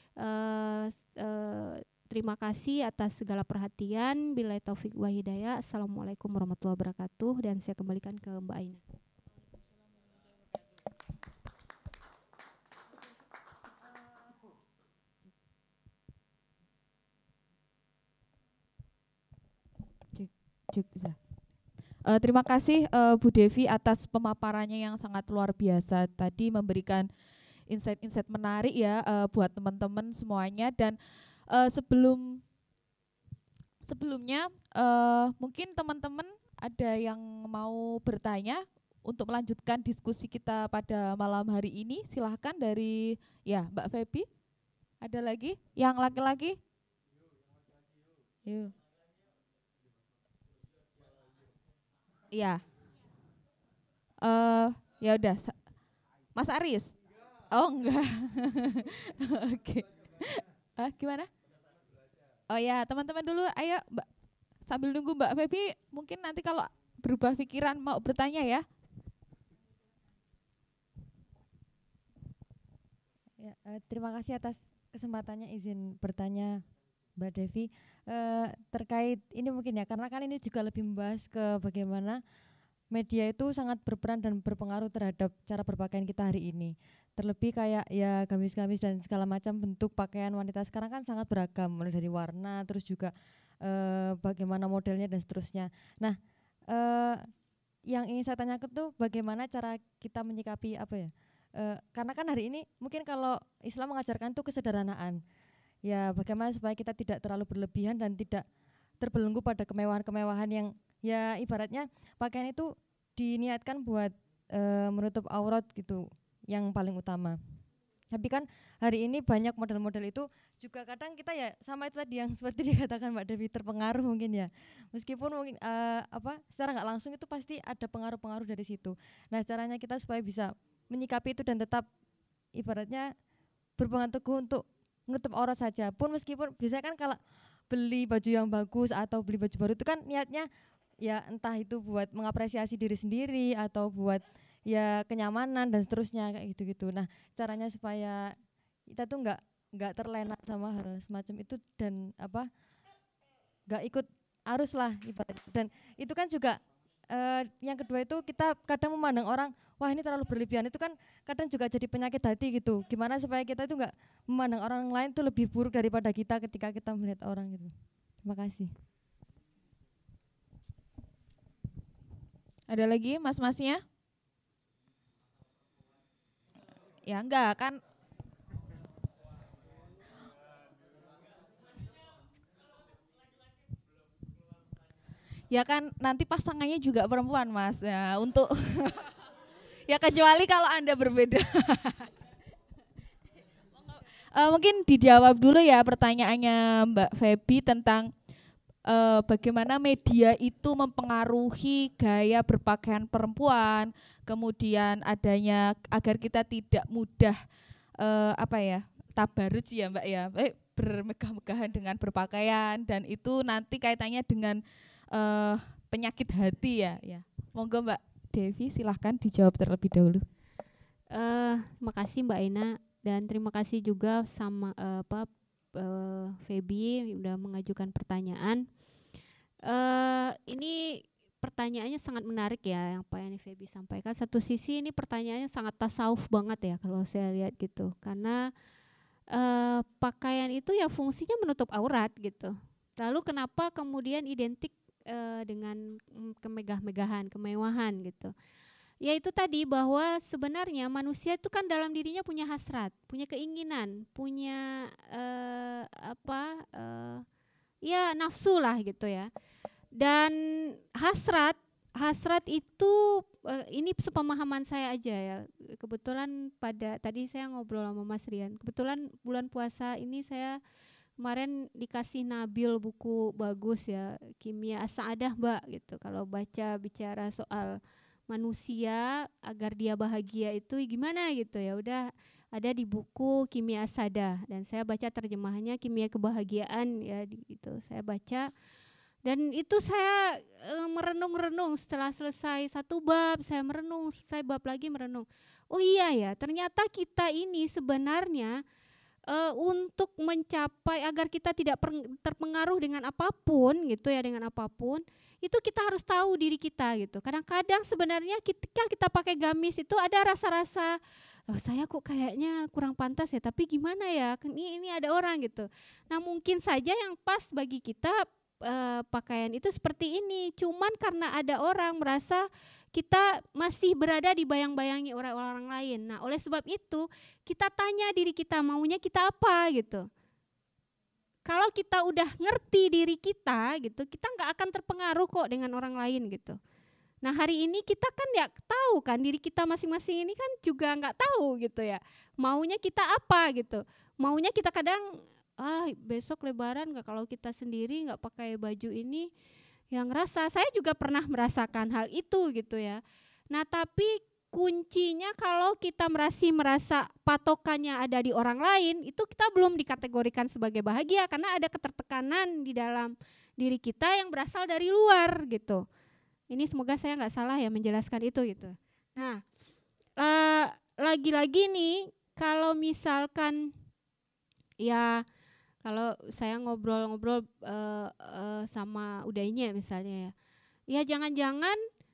Uh, uh, terima kasih atas segala perhatian. Billahi taufik wa hidayah. Assalamualaikum warahmatullahi wabarakatuh. Dan saya kembalikan ke Mbak Aina. Uh, terima kasih uh, Bu Devi atas pemaparannya yang sangat luar biasa tadi, memberikan insight-insight menarik ya uh, buat teman-teman semuanya. Dan uh, sebelum sebelumnya uh, mungkin teman-teman ada yang mau bertanya untuk melanjutkan diskusi kita pada malam hari ini. Silahkan dari ya Mbak Febi. Ada lagi yang laki-laki? Yuk. Iya. Uh, ya udah, Mas Aris. Oh enggak. Oke. Okay. Uh, gimana? Oh ya, teman-teman dulu, ayo Mbak. Sambil nunggu Mbak Febi, mungkin nanti kalau berubah pikiran mau bertanya ya. Ya, uh, terima kasih atas kesempatannya, izin bertanya Mbak Devi. Uh, terkait ini mungkin ya, karena kan ini juga lebih membahas ke bagaimana media itu sangat berperan dan berpengaruh terhadap cara berpakaian kita hari ini. Terlebih kayak ya gamis-gamis dan segala macam bentuk pakaian wanita sekarang kan sangat beragam, mulai dari warna, terus juga uh, bagaimana modelnya dan seterusnya. Nah, uh, yang ingin saya tanyakan tuh bagaimana cara kita menyikapi apa ya? Uh, karena kan hari ini mungkin kalau Islam mengajarkan tuh kesederhanaan. Ya bagaimana supaya kita tidak terlalu berlebihan dan tidak terbelenggu pada kemewahan-kemewahan yang ya ibaratnya pakaian itu diniatkan buat e, menutup aurat gitu yang paling utama. Tapi kan hari ini banyak model-model itu juga kadang kita ya sama itu tadi yang seperti dikatakan Mbak Devi, terpengaruh mungkin ya. Meskipun mungkin e, apa secara nggak langsung itu pasti ada pengaruh-pengaruh dari situ. Nah caranya kita supaya bisa menyikapi itu dan tetap ibaratnya berpegang teguh untuk menutup aurat saja pun, meskipun biasanya kan kalau beli baju yang bagus atau beli baju baru itu kan niatnya ya entah itu buat mengapresiasi diri sendiri atau buat ya kenyamanan dan seterusnya kayak gitu-gitu. Nah caranya supaya kita tuh nggak nggak terlena sama hal semacam itu dan apa nggak ikut arus lah ibaratnya. Dan itu kan juga uh, yang kedua itu kita kadang memandang orang wah ini terlalu berlebihan, itu kan kadang juga jadi penyakit hati gitu. Gimana supaya kita itu nggak memandang orang lain itu lebih buruk daripada kita ketika kita melihat orang gitu. Terima kasih. Ada lagi mas-masnya? Ya enggak kan. Ya kan nanti pasangannya juga perempuan mas ya untuk ya kecuali kalau Anda berbeda. uh, mungkin dijawab dulu ya pertanyaannya Mbak Feby tentang uh, bagaimana media itu mempengaruhi gaya berpakaian perempuan, kemudian adanya agar kita tidak mudah uh, apa ya tabaruj ya Mbak ya, eh, bermegah-megahan dengan berpakaian dan itu nanti kaitannya dengan Uh, penyakit hati ya, ya. Monggo Mbak Devi silahkan dijawab terlebih dahulu. Uh, makasih Mbak Ina dan terima kasih juga sama uh, apa uh, Feby udah mengajukan pertanyaan. Uh, ini pertanyaannya sangat menarik ya yang apa yang Feby sampaikan. Satu sisi ini pertanyaannya sangat tasawuf banget ya kalau saya lihat gitu, karena uh, pakaian itu ya fungsinya menutup aurat gitu. Lalu kenapa kemudian identik Uh, dengan kemegah-megahan, kemewahan gitu. Ya itu tadi bahwa sebenarnya manusia itu kan dalam dirinya punya hasrat, punya keinginan, punya uh, apa uh, ya nafsu lah gitu ya. Dan hasrat hasrat itu uh, ini sepemahaman saya aja ya. Kebetulan pada tadi saya ngobrol sama Mas Rian. Kebetulan bulan puasa ini saya kemarin dikasih Nabil buku bagus ya, Kimia As-Sa'adah Mbak gitu. Kalau baca bicara soal manusia agar dia bahagia itu gimana gitu ya, udah ada di buku Kimia As-Sa'adah dan saya baca terjemahannya Kimia Kebahagiaan ya gitu. Saya baca dan itu saya e, merenung-renung setelah selesai satu bab, saya merenung, selesai bab lagi merenung. Oh iya ya, ternyata kita ini sebenarnya Uh, untuk mencapai agar kita tidak terpengaruh dengan apapun gitu ya, dengan apapun itu kita harus tahu diri kita gitu. Kadang-kadang sebenarnya ketika kita pakai gamis itu ada rasa-rasa loh saya kok kayaknya kurang pantas ya, tapi gimana ya ini ini ada orang gitu. Nah mungkin saja yang pas bagi kita uh, pakaian itu seperti ini, cuman karena ada orang merasa kita masih berada di bayang-bayangi orang-orang lain. Nah, oleh sebab itu kita tanya diri kita maunya kita apa gitu. Kalau kita udah ngerti diri kita gitu, kita nggak akan terpengaruh kok dengan orang lain gitu. Nah, hari ini kita kan ya tahu kan diri kita masing-masing ini kan juga nggak tahu gitu ya. Maunya kita apa gitu. Maunya kita kadang ah besok lebaran nggak, kalau kita sendiri nggak pakai baju ini yang rasa, saya juga pernah merasakan hal itu gitu ya. Nah tapi kuncinya kalau kita masih merasa patokannya ada di orang lain, itu kita belum dikategorikan sebagai bahagia karena ada ketertekanan di dalam diri kita yang berasal dari luar gitu. Ini semoga saya nggak salah ya menjelaskan itu gitu. Nah uh, lagi-lagi nih kalau misalkan ya kalau saya ngobrol-ngobrol uh, uh, sama Udainya misalnya ya, ya jangan-jangan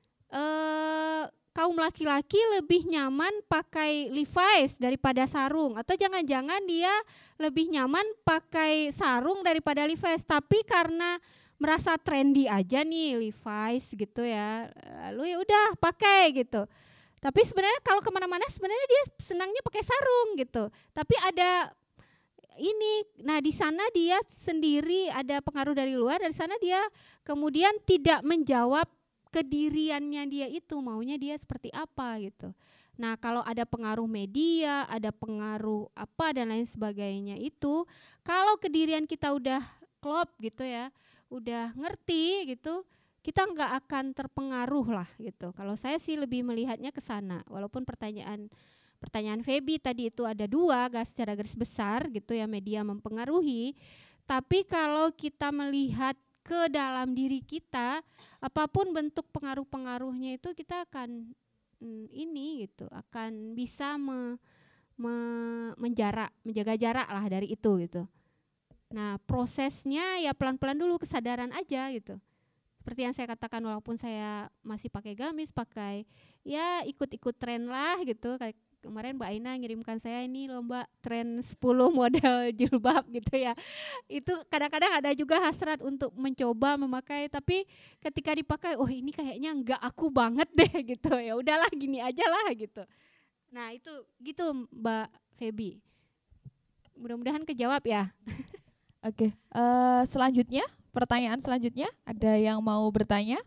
uh, kaum laki-laki lebih nyaman pakai Levi's daripada sarung, atau jangan-jangan dia lebih nyaman pakai sarung daripada Levi's, tapi karena merasa trendy aja nih Levi's gitu ya, lalu ya udah pakai gitu. Tapi sebenarnya kalau kemana-mana sebenarnya dia senangnya pakai sarung gitu, tapi ada ini, nah di sana dia sendiri ada pengaruh dari luar, dari sana dia kemudian tidak menjawab kediriannya dia itu, maunya dia seperti apa gitu. Nah kalau ada pengaruh media, ada pengaruh apa dan lain sebagainya itu, kalau kedirian kita udah klop gitu ya, udah ngerti gitu, kita nggak akan terpengaruh lah gitu. Kalau saya sih lebih melihatnya ke sana, walaupun pertanyaan Pertanyaan Feby tadi itu ada dua, gas secara garis besar gitu ya, media mempengaruhi. Tapi kalau kita melihat ke dalam diri kita, apapun bentuk pengaruh-pengaruhnya itu kita akan mm, ini gitu, akan bisa me, me- menjarak, menjaga jarak lah dari itu gitu. Nah prosesnya ya pelan-pelan dulu, kesadaran aja gitu. Seperti yang saya katakan, walaupun saya masih pakai gamis, pakai ya ikut-ikut tren lah gitu. Kayak kemarin Mbak Aina ngirimkan saya ini lomba tren sepuluh model jilbab gitu ya. Itu kadang-kadang ada juga hasrat untuk mencoba memakai, tapi ketika dipakai, oh ini kayaknya enggak aku banget deh gitu. Ya udahlah gini aja lah gitu. Nah itu gitu Mbak Feby. Mudah-mudahan kejawab ya. Oke, eh, selanjutnya, pertanyaan selanjutnya, ada yang mau bertanya?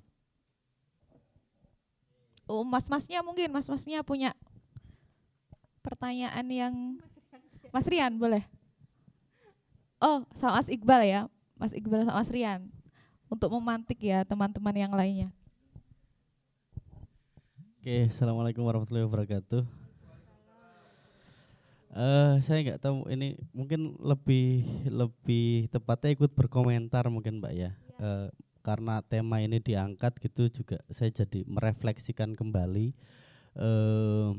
Oh, mas-masnya mungkin, mas-masnya punya pertanyaan yang, Mas Rian boleh? Oh, sama Mas Iqbal ya, Mas Iqbal sama Mas Rian, untuk memantik ya teman-teman yang lainnya. Oke, assalamualaikum warahmatullahi wabarakatuh. Uh, saya nggak tahu ini mungkin lebih lebih tepatnya ikut berkomentar mungkin Mbak ya, uh, karena tema ini diangkat gitu juga saya jadi merefleksikan kembali. Uh,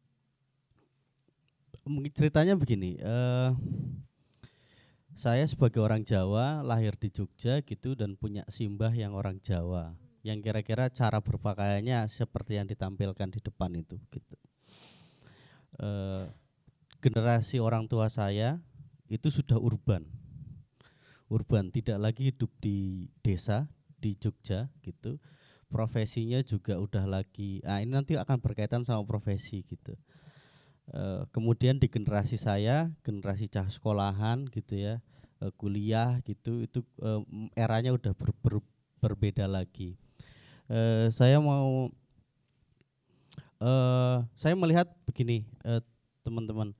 mungkin ceritanya begini, uh, saya sebagai orang Jawa lahir di Jogja gitu dan punya simbah yang orang Jawa, yang kira-kira cara berpakaiannya seperti yang ditampilkan di depan itu gitu. Uh, generasi orang tua saya itu sudah urban, urban tidak lagi hidup di desa di Jogja gitu. Profesinya juga udah lagi, ah ini nanti akan berkaitan sama profesi gitu. E, kemudian di generasi saya, generasi cah sekolahan gitu ya, e, kuliah gitu, itu e, eranya udah ber, ber, berbeda lagi. E, saya mau, e, saya melihat begini e, teman-teman.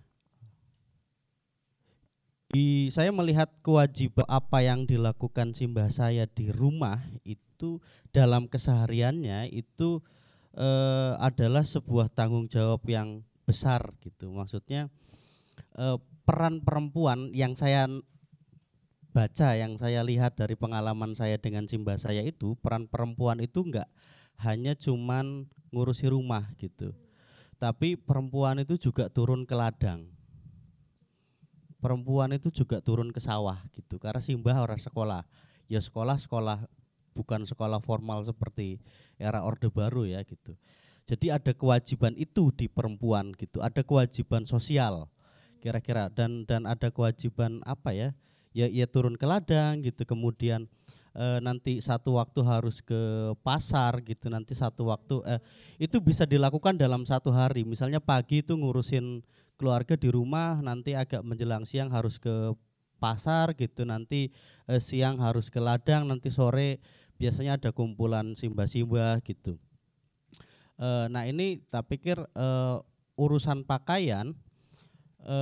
Di, saya melihat kewajiban apa yang dilakukan simbah saya di rumah itu dalam kesehariannya itu eh, adalah sebuah tanggung jawab yang besar gitu. Maksudnya eh, peran perempuan yang saya baca, yang saya lihat dari pengalaman saya dengan simbah saya itu, peran perempuan itu enggak hanya cuman ngurusi rumah gitu. Tapi perempuan itu juga turun ke ladang. Perempuan itu juga turun ke sawah gitu, karena simbah orang sekolah, ya sekolah sekolah bukan sekolah formal seperti era Orde Baru ya gitu. Jadi ada kewajiban itu di perempuan gitu, ada kewajiban sosial kira-kira dan dan ada kewajiban apa ya, ya ya turun ke ladang gitu, kemudian e, nanti satu waktu harus ke pasar gitu, nanti satu waktu eh, itu bisa dilakukan dalam satu hari, misalnya pagi itu ngurusin keluarga di rumah, nanti agak menjelang siang harus ke pasar gitu, nanti eh, siang harus ke ladang, nanti sore biasanya ada kumpulan simbah-simbah gitu. E, nah ini tak pikir e, urusan pakaian e,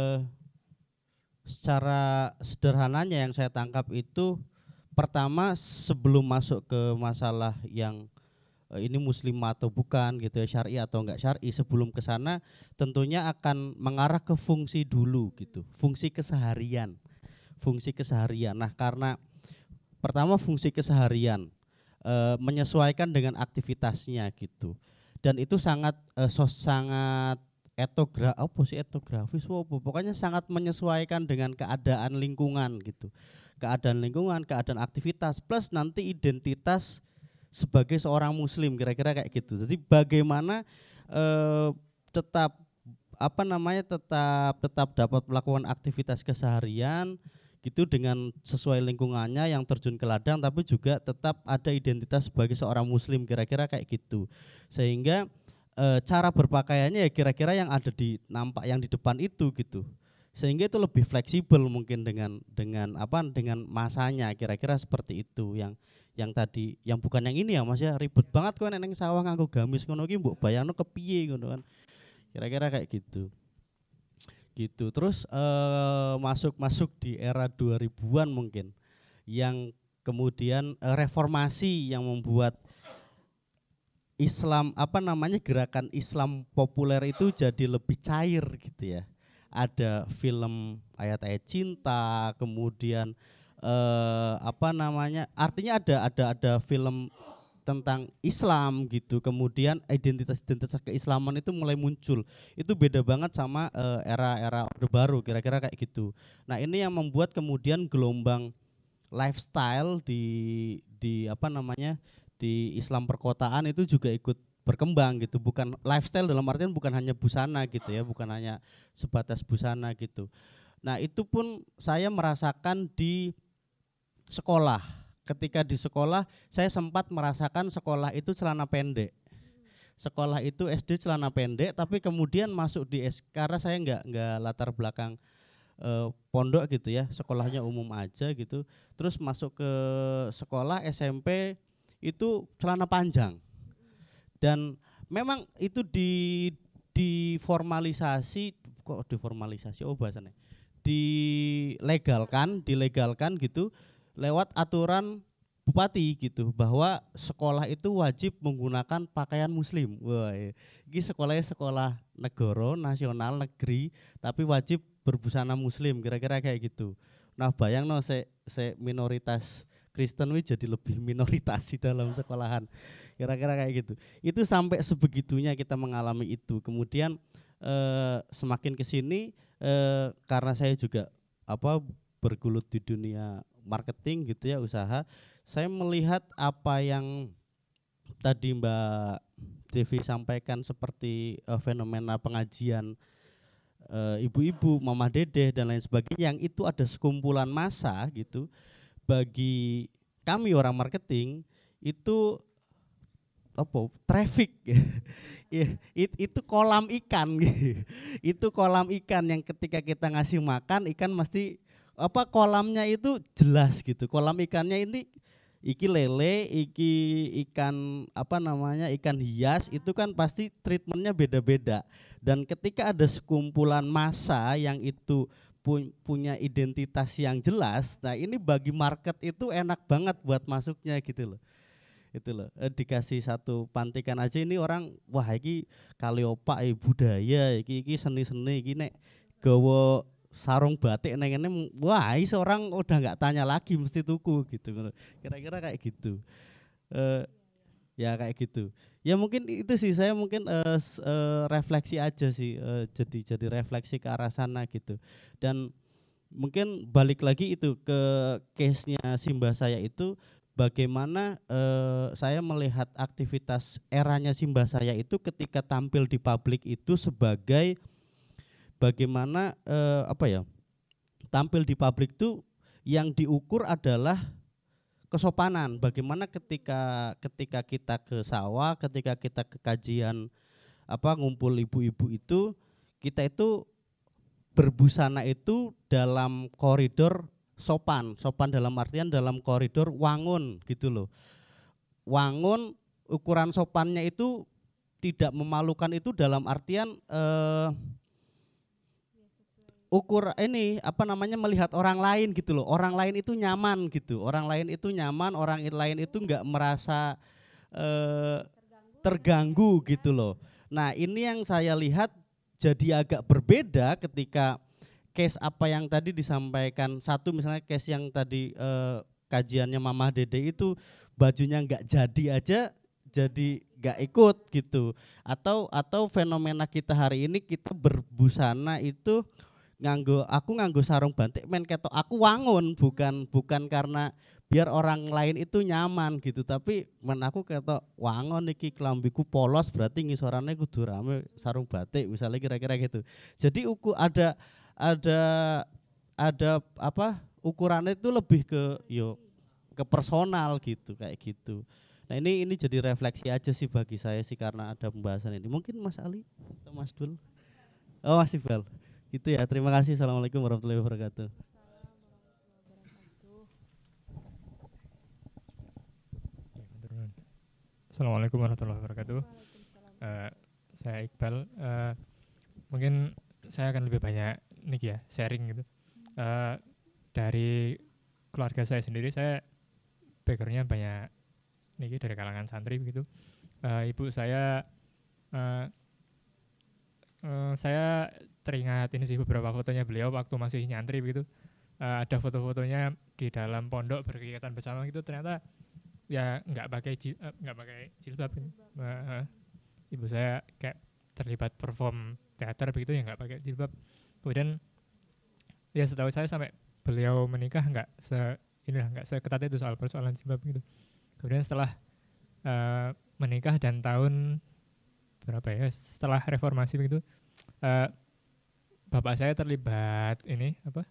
secara sederhananya yang saya tangkap itu, pertama sebelum masuk ke masalah yang ini muslim atau bukan gitu ya, syar'i atau enggak syar'i, sebelum ke sana tentunya akan mengarah ke fungsi dulu gitu, fungsi keseharian, fungsi keseharian. Nah karena pertama fungsi keseharian e, menyesuaikan dengan aktivitasnya gitu, dan itu sangat e, sos, sangat etogra, apa sih etografis, wow, pokoknya sangat menyesuaikan dengan keadaan lingkungan gitu, keadaan lingkungan, keadaan aktivitas, plus nanti identitas sebagai seorang muslim, kira-kira kayak gitu. Jadi bagaimana eh, tetap apa namanya tetap tetap dapat melakukan aktivitas keseharian gitu dengan sesuai lingkungannya yang terjun ke ladang, tapi juga tetap ada identitas sebagai seorang muslim, kira-kira kayak gitu. Sehingga e, cara berpakaiannya ya kira-kira yang ada di nampak yang di depan itu gitu. Sehingga itu lebih fleksibel mungkin dengan dengan apa dengan masanya, kira-kira seperti itu yang yang tadi, yang bukan yang ini ya Mas ya, ribet banget kok neng sawah nganggo gamis ngono ki mbok bayangno kepiye ngono kan. Kira-kira kayak gitu. Gitu. Terus eh, masuk-masuk di era dua ribuan mungkin yang kemudian eh, reformasi yang membuat Islam apa namanya gerakan Islam populer itu jadi lebih cair gitu ya. Ada film ayat-ayat cinta, kemudian eh, apa namanya, artinya ada ada ada film tentang Islam gitu. Kemudian identitas-identitas keislaman itu mulai muncul. Itu beda banget sama uh, era-era Orde Baru, kira-kira kayak gitu. Nah, ini yang membuat kemudian gelombang lifestyle di di apa namanya? Di Islam perkotaan itu juga ikut berkembang gitu. Bukan lifestyle dalam artian bukan hanya busana gitu ya, bukan hanya sebatas busana gitu. Nah, itu pun saya merasakan di sekolah. Ketika di sekolah saya sempat merasakan sekolah itu celana pendek. Sekolah itu S D celana pendek, tapi kemudian masuk di S karena saya enggak enggak latar belakang e, pondok gitu ya, sekolahnya umum aja gitu. Terus masuk ke sekolah S M P itu celana panjang. Dan memang itu di diformalisasi kok diformalisasi oh bahasanya. Dilegalkan, dilegalkan gitu lewat aturan bupati gitu bahwa sekolah itu wajib menggunakan pakaian muslim. Wah, ini sekolahnya sekolah negara, nasional, negeri, tapi wajib berbusana muslim, kira-kira kayak gitu. Nah, bayang no se, se minoritas Kristen wih jadi lebih minoritas di dalam sekolahan, kira-kira kayak gitu. Itu sampai sebegitunya kita mengalami itu. Kemudian eh, semakin kesini eh, karena saya juga apa bergelut di dunia marketing gitu ya, usaha, saya melihat apa yang tadi Mbak Devi sampaikan seperti uh, fenomena pengajian uh, ibu-ibu, mama dedeh dan lain sebagainya, yang itu ada sekumpulan massa gitu. Bagi kami orang marketing itu apa? Traffic. It, itu kolam ikan. Itu kolam ikan yang ketika kita ngasih makan ikan mesti apa kolamnya itu jelas gitu. Kolam ikannya ini iki lele, iki ikan apa namanya ikan hias itu kan pasti treatmentnya beda-beda. Dan ketika ada sekumpulan massa yang itu pu- punya identitas yang jelas, nah ini bagi market itu enak banget buat masuknya gitu loh. Itu loh, eh, dikasih satu pantikan aja ini orang wah iki Kaleopak eh, budaya iki iki seni-seni iki nek gawa sarung batik neng ini wah seorang udah nggak tanya lagi mesti tuku gitu, kira-kira kayak gitu. Uh, ya kayak gitu. Ya mungkin itu sih saya mungkin uh, uh, refleksi aja sih, uh, jadi jadi refleksi ke arah sana gitu. Dan mungkin balik lagi itu ke case-nya Simbah saya itu bagaimana uh, saya melihat aktivitas eranya Simbah saya itu ketika tampil di publik itu sebagai bagaimana eh, apa ya tampil di publik itu yang diukur adalah kesopanan. Bagaimana ketika ketika kita ke sawah, ketika kita ke kajian apa ngumpul ibu-ibu itu kita itu berbusana itu dalam koridor sopan, sopan dalam artian dalam koridor wangun gitu loh. Wangun ukuran sopannya itu tidak memalukan itu dalam artian eh, ukur ini apa namanya melihat orang lain gitu loh, orang lain itu nyaman gitu, orang lain itu nyaman, orang lain itu nggak merasa eh, terganggu gitu loh. Nah ini yang saya lihat jadi agak berbeda ketika case apa yang tadi disampaikan, satu misalnya case yang tadi eh, kajiannya Mama Dede itu bajunya nggak jadi aja jadi nggak ikut gitu, atau atau fenomena kita hari ini kita berbusana itu nganggo aku nganggo sarung batik men ketok aku wangun, bukan bukan karena biar orang lain itu nyaman gitu, tapi men aku ketok wangun iki kelambiku polos berarti ngisorane kudu rame sarung batik misalnya kira-kira gitu. Jadi uku ada ada ada apa ukurannya itu lebih ke yo ke personal gitu kayak gitu. Nah ini ini jadi refleksi aja sih bagi saya sih karena ada pembahasan ini. Mungkin Mas Ali atau Mas Dul? Oh Mas Iqbal. Gitu ya, terima kasih. Assalamualaikum warahmatullahi wabarakatuh. Assalamualaikum warahmatullahi wabarakatuh. Uh, saya Iqbal. Uh, mungkin saya akan lebih banyak nih ya sharing gitu. Uh, dari keluarga saya sendiri, saya backgroundnya banyak nih dari kalangan santri begitu. Uh, ibu saya, uh, uh, saya teringat ini sih beberapa fotonya beliau waktu masih nyantri begitu. Uh, ada foto-fotonya di dalam pondok berkegiatan bersama gitu, ternyata ya nggak pakai jil, eh, nggak pakai jilbab ini. Uh, ibu saya kayak terlibat perform teater begitu ya nggak pakai jilbab. Kemudian ya setahu saya sampai beliau menikah nggak se ini nggak seketat itu soal persoalan jilbab gitu. Kemudian setelah uh, menikah dan tahun berapa ya setelah reformasi begitu, uh, bapak saya terlibat ini apa?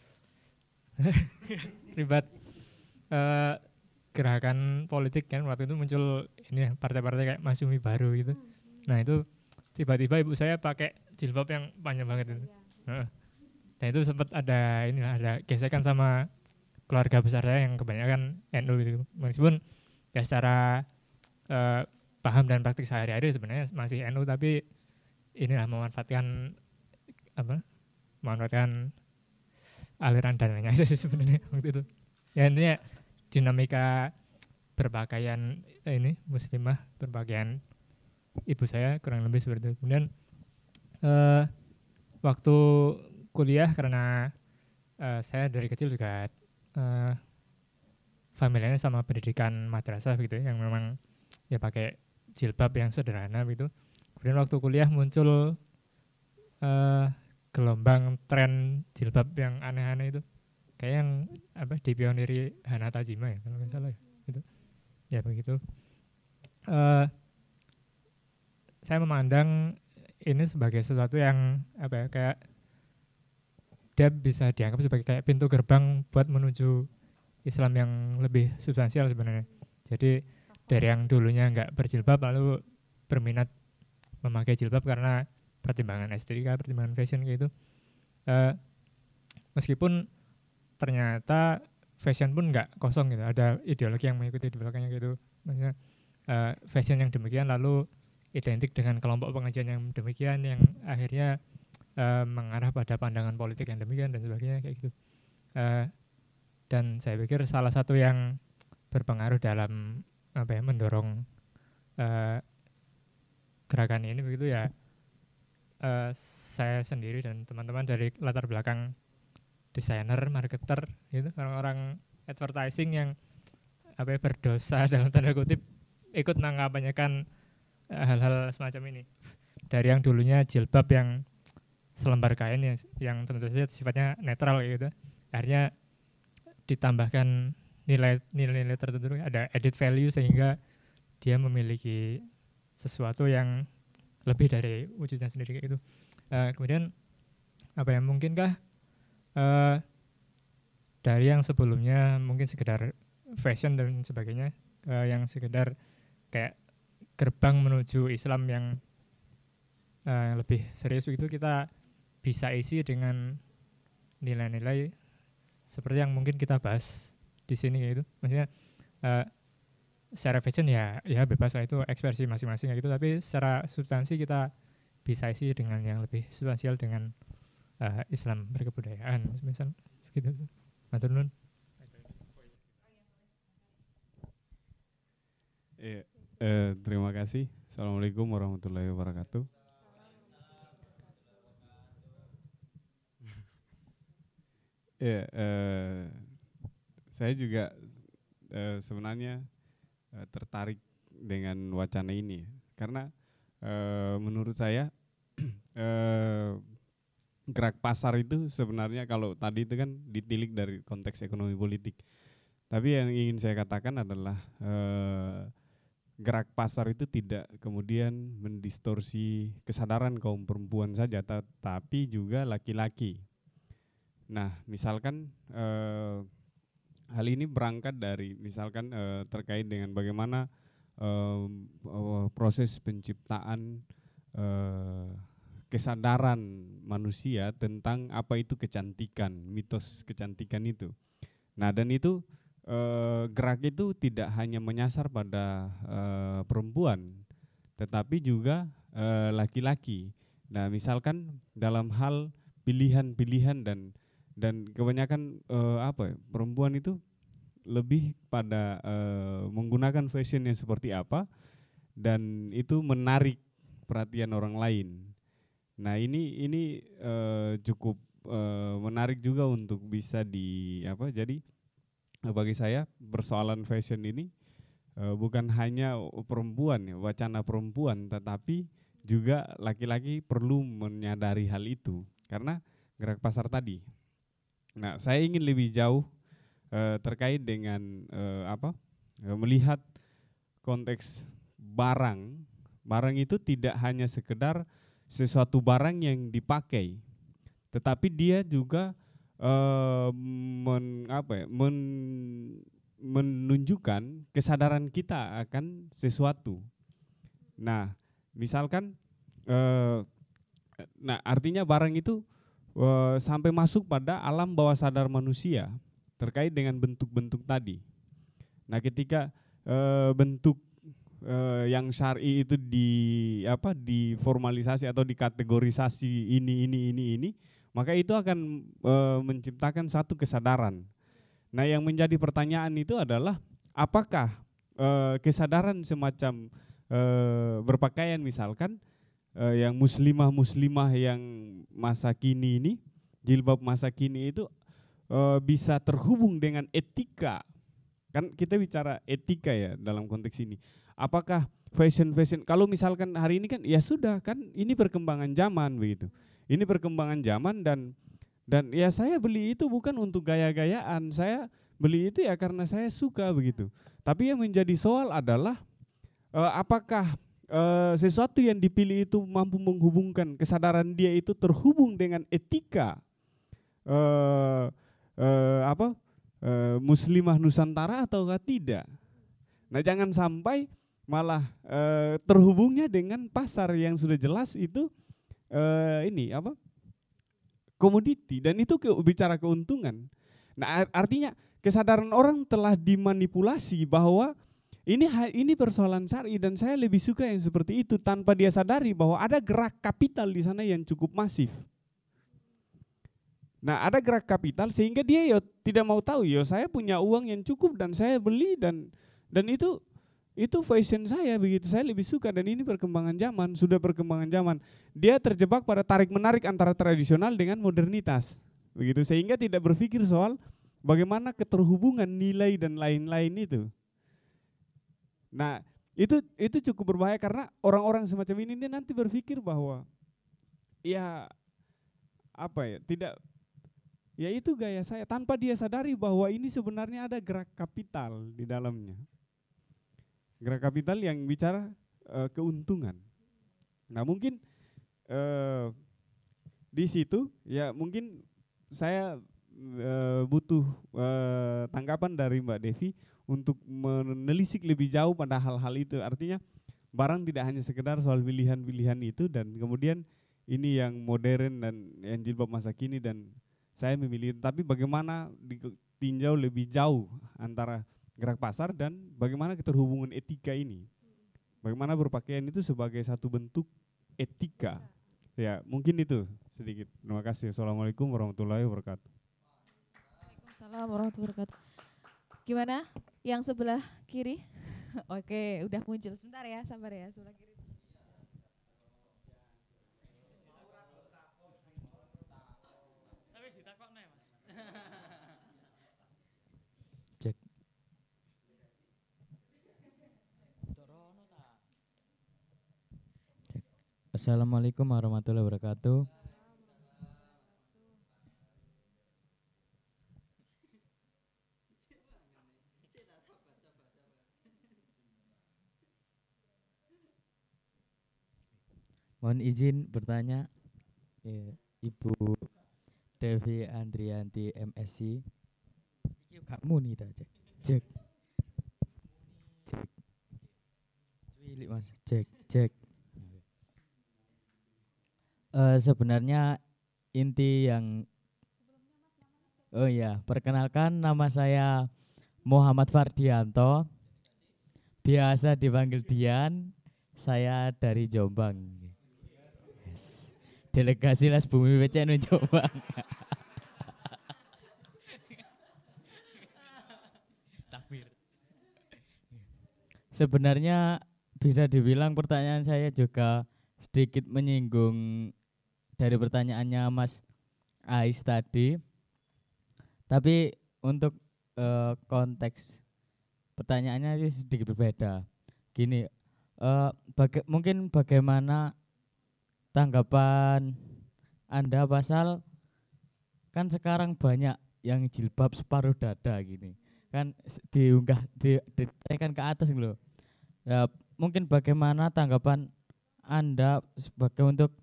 terlibat uh, gerakan politik kan, waktu itu muncul ini partai-partai kayak Masyumi Baru gitu. Nah itu tiba-tiba ibu saya pakai jilbab yang panjang banget itu. Nah, nah itu sempat ada ini ada gesekan sama keluarga besar saya yang kebanyakan N U gitu. Meskipun ya secara uh, paham dan praktik sehari-hari sebenarnya masih N U, tapi inilah memanfaatkan apa? Memanfaatkan aliran dananya aja sih sebenarnya waktu itu. Ya intinya dinamika berpakaian eh, ini muslimah berpakaian ibu saya kurang lebih seperti itu. Kemudian uh, waktu kuliah karena uh, saya dari kecil juga uh, familiarnya sama pendidikan madrasah gitu ya, yang memang ya pakai jilbab yang sederhana gitu. Kemudian waktu kuliah muncul uh, gelombang tren jilbab yang aneh-aneh itu. Kayak yang apa dipioniri Hana Tajima ya kalau nggak salah ya gitu. Ya begitu. Uh, saya memandang ini sebagai sesuatu yang apa ya kayak dia bisa dianggap sebagai kayak pintu gerbang buat menuju Islam yang lebih substansial sebenarnya. Jadi dari yang dulunya nggak berjilbab lalu berminat memakai jilbab karena pertimbangan estetika, pertimbangan fashion gitu. Uh, meskipun ternyata fashion pun nggak kosong gitu, ada ideologi yang mengikuti di belakangnya gitu. Maksudnya uh, fashion yang demikian lalu identik dengan kelompok pengajian yang demikian yang akhirnya uh, mengarah pada pandangan politik yang demikian dan sebagainya kayak gitu. Uh, dan saya pikir salah satu yang berpengaruh dalam apa ya mendorong uh, gerakan ini begitu ya uh, saya sendiri dan teman-teman dari latar belakang desainer, marketer, gitu, orang-orang advertising yang apa ya, berdosa dalam tanda kutip ikut mengkampanyekan uh, hal-hal semacam ini. Dari yang dulunya jilbab yang selembar kain yang, yang tentu saja sifatnya netral gitu, akhirnya ditambahkan nilai nilai tertentu, ada added value sehingga dia memiliki sesuatu yang lebih dari wujudnya sendiri kayak gitu. Uh, kemudian apa ya mungkinkah Uh, dari yang sebelumnya mungkin sekedar fashion dan sebagainya, uh, yang sekedar kayak gerbang menuju Islam yang uh, lebih serius begitu, kita bisa isi dengan nilai-nilai seperti yang mungkin kita bahas di sini gitu. Maksudnya uh, secara fashion ya ya bebas lah, itu ekspresi masing-masing gitu, tapi secara substansi kita bisa isi dengan yang lebih substansial dengan Uh, Islam berkebudayaan misal gitu. Matur nuwun. Eh, eh, terima kasih. Assalamualaikum warahmatullahi wabarakatuh. Ya, eh, saya juga eh, sebenarnya eh, tertarik dengan wacana ini karena eh, menurut saya eh, gerak pasar itu sebenarnya kalau tadi itu kan ditilik dari konteks ekonomi politik. Tapi yang ingin saya katakan adalah eh, gerak pasar itu tidak kemudian mendistorsi kesadaran kaum perempuan saja, tapi juga laki-laki. Nah, misalkan eh, hal ini berangkat dari misalkan eh, terkait dengan bagaimana eh, proses penciptaan eh, kesadaran manusia tentang apa itu kecantikan, mitos kecantikan itu. Nah, dan itu e, gerak itu tidak hanya menyasar pada e, perempuan, tetapi juga e, laki-laki. Nah, misalkan dalam hal pilihan-pilihan dan dan kebanyakan e, apa ya, perempuan itu lebih pada e, menggunakan fashion yang seperti apa dan itu menarik perhatian orang lain. Nah, ini ini uh, cukup uh, menarik juga untuk bisa di apa? Jadi bagi saya persoalan fashion ini uh, bukan hanya perempuan ya, wacana perempuan, tetapi juga laki-laki perlu menyadari hal itu karena gerak pasar tadi. Nah, saya ingin lebih jauh uh, terkait dengan uh, apa? Uh, melihat konteks barang. Barang itu tidak hanya sekedar sesuatu barang yang dipakai, tetapi dia juga uh, men, apa ya, men, menunjukkan kesadaran kita akan sesuatu. Nah, misalkan, uh, nah artinya barang itu uh, sampai masuk pada alam bawah sadar manusia terkait dengan bentuk-bentuk tadi. Nah, ketika uh, bentuk uh, yang syar'i itu di apa diformalisasi atau dikategorisasi ini ini ini ini, maka itu akan uh, menciptakan satu kesadaran. Nah, yang menjadi pertanyaan itu adalah apakah uh, kesadaran semacam Uh, berpakaian misalkan uh, yang muslimah-muslimah yang masa kini ini, jilbab masa kini itu uh, bisa terhubung dengan etika. Kan kita bicara etika ya dalam konteks ini. Apakah fashion-fashion, kalau misalkan hari ini kan ya sudah kan ini perkembangan zaman begitu. Ini perkembangan zaman dan dan ya saya beli itu bukan untuk gaya-gayaan, saya beli itu ya karena saya suka begitu. Tapi yang menjadi soal adalah Uh, apakah uh, sesuatu yang dipilih itu mampu menghubungkan kesadaran dia itu terhubung dengan etika uh, uh, apa uh, muslimah Nusantara ataukah tidak? Nah, jangan sampai malah uh, terhubungnya dengan pasar yang sudah jelas itu uh, ini apa komoditi dan itu ke, bicara keuntungan. Nah, artinya kesadaran orang telah dimanipulasi bahwa Ini ini persoalan syar'i dan saya lebih suka yang seperti itu tanpa dia sadari bahwa ada gerak kapital di sana yang cukup masif. Nah, ada gerak kapital sehingga dia ya tidak mau tahu, ya saya punya uang yang cukup dan saya beli dan dan itu itu fashion saya begitu. Saya lebih suka dan ini perkembangan zaman, sudah perkembangan zaman. Dia terjebak pada tarik-menarik antara tradisional dengan modernitas. Begitu sehingga tidak berpikir soal bagaimana keterhubungan nilai dan lain-lain itu. Nah, itu itu cukup berbahaya karena orang-orang semacam ini dia nanti berpikir bahwa ya apa ya, tidak ya itu gaya saya tanpa dia sadari bahwa ini sebenarnya ada gerak kapital di dalamnya. Gerak kapital yang bicara uh, keuntungan. Nah, mungkin uh, di situ ya mungkin saya uh, butuh uh, tanggapan dari Mbak Devi untuk menelisik lebih jauh pada hal-hal itu. Artinya barang tidak hanya sekedar soal pilihan-pilihan itu dan kemudian ini yang modern dan yang jilbab masa kini dan saya memilih, tapi bagaimana ditinjau lebih jauh antara gerak pasar dan bagaimana keterhubungan etika ini. Bagaimana berpakaian itu sebagai satu bentuk etika. Ya, mungkin itu sedikit. Terima kasih. Assalamualaikum warahmatullahi wabarakatuh. Waalaikumsalam warahmatullahi wabarakatuh. Gimana? Yang sebelah kiri? Oke, udah muncul. Sebentar ya, sabar ya, sebelah kiri. Cek. Assalamualaikum warahmatullahi wabarakatuh. Mohon izin bertanya, ya, Ibu Devi Andrianti M Si. Iki kamu nih ta, cek. Cek. Cek. Cilik Mas, cek, cek. Uh, sebenarnya inti yang Oh ya, perkenalkan nama saya Muhammad Fardianto. Biasa dipanggil Dian. Saya dari Jombang. Yes. Delegasi Les Bumi W C N Jombang. Takbir. Sebenarnya bisa dibilang pertanyaan saya juga sedikit menyinggung dari pertanyaannya Mas Ais tadi. Tapi untuk uh, konteks pertanyaannya sih sedikit berbeda. Gini, eh baga- mungkin bagaimana tanggapan Anda pasal kan sekarang banyak yang jilbab separuh dada gini. Kan s- diunggah di, ditaikkan ke atas gitu loh. Ya, mungkin bagaimana tanggapan Anda sebagai untuk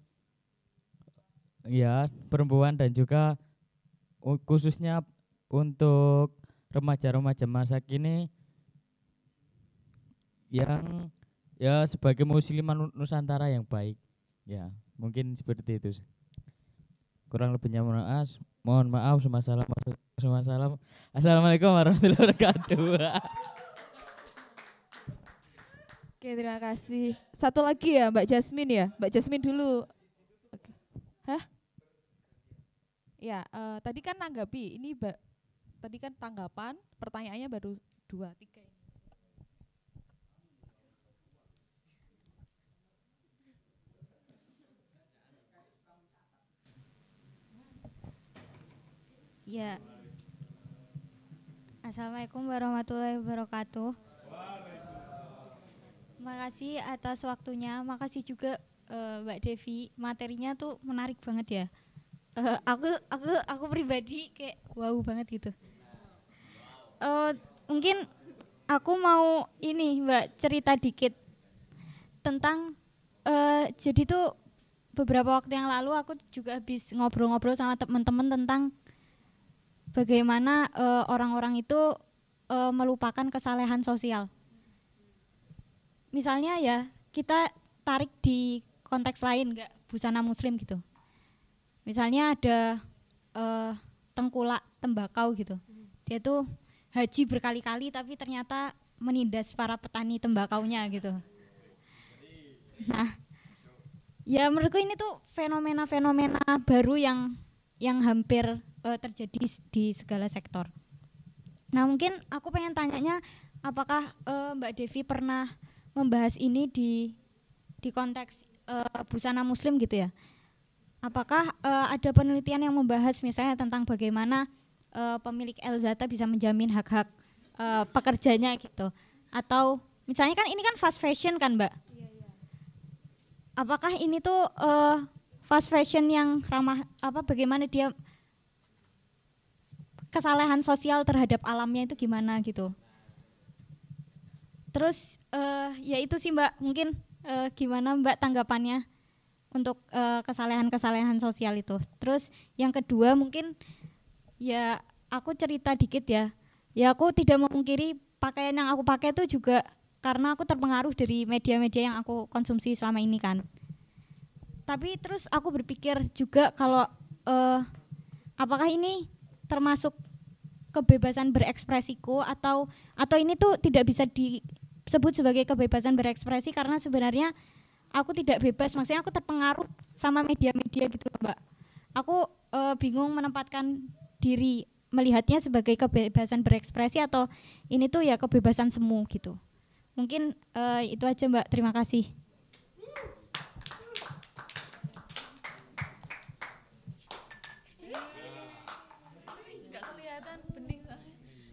ya perempuan dan juga u- khususnya untuk remaja-remaja masa kini yang ya sebagai muslimah nu- Nusantara yang baik. Ya, mungkin seperti itu. Kurang lebihnya mohon maaf, mohon maaf semua salam, semua salam. Assalamualaikum warahmatullahi wabarakatuh. Oke, terima kasih. Satu lagi ya Mbak Jasmine ya, Mbak Jasmine dulu. Oke. Hah? Ya, eh, tadi kan nanggapi, ini ba- tadi kan tanggapan, pertanyaannya baru dua, tiga ini. Ya. Assalamualaikum warahmatullahi wabarakatuh. Makasih atas waktunya, makasih juga eh, Mbak Devi. Materinya tuh menarik banget ya. Eh, aku aku aku pribadi kayak wow banget gitu. Eh, mungkin aku mau ini Mbak cerita dikit tentang eh, jadi tuh beberapa waktu yang lalu aku juga habis ngobrol-ngobrol sama teman-teman tentang bagaimana eh, orang-orang itu eh, melupakan kesalehan sosial. Misalnya ya kita tarik di konteks lain, nggak busana muslim gitu. Misalnya ada eh, tengkulak tembakau gitu. Dia tuh haji berkali-kali tapi ternyata menindas para petani tembakaunya gitu. Nah, ya menurutku ini tuh fenomena-fenomena baru yang yang hampir uh, terjadi s- di segala sektor. Nah mungkin aku pengen tanyanya, apakah uh, Mbak Devi pernah membahas ini di di konteks uh, busana muslim gitu ya? Apakah uh, ada penelitian yang membahas misalnya tentang bagaimana uh, pemilik Elzata bisa menjamin hak-hak uh, pekerjanya gitu? Atau misalnya kan ini kan fast fashion kan Mbak? Apakah ini tuh uh, fast fashion yang ramah apa bagaimana dia kesalahan sosial terhadap alamnya itu gimana gitu. Terus uh, ya itu sih Mbak, mungkin uh, gimana Mbak tanggapannya untuk uh, kesalahan-kesalahan sosial itu. Terus yang kedua mungkin ya aku cerita dikit ya. Ya aku tidak memungkiri pakaian yang aku pakai itu juga karena aku terpengaruh dari media-media yang aku konsumsi selama ini kan. Tapi terus aku berpikir juga kalau uh, apakah ini termasuk kebebasan berekspresiku atau atau ini tuh tidak bisa disebut sebagai kebebasan berekspresi karena sebenarnya aku tidak bebas, maksudnya aku terpengaruh sama media-media gitu loh Mbak. Aku uh, bingung menempatkan diri melihatnya sebagai kebebasan berekspresi atau ini tuh ya kebebasan semu gitu. Mungkin uh, itu aja Mbak, terima kasih. Enggak kelihatan bening soalnya.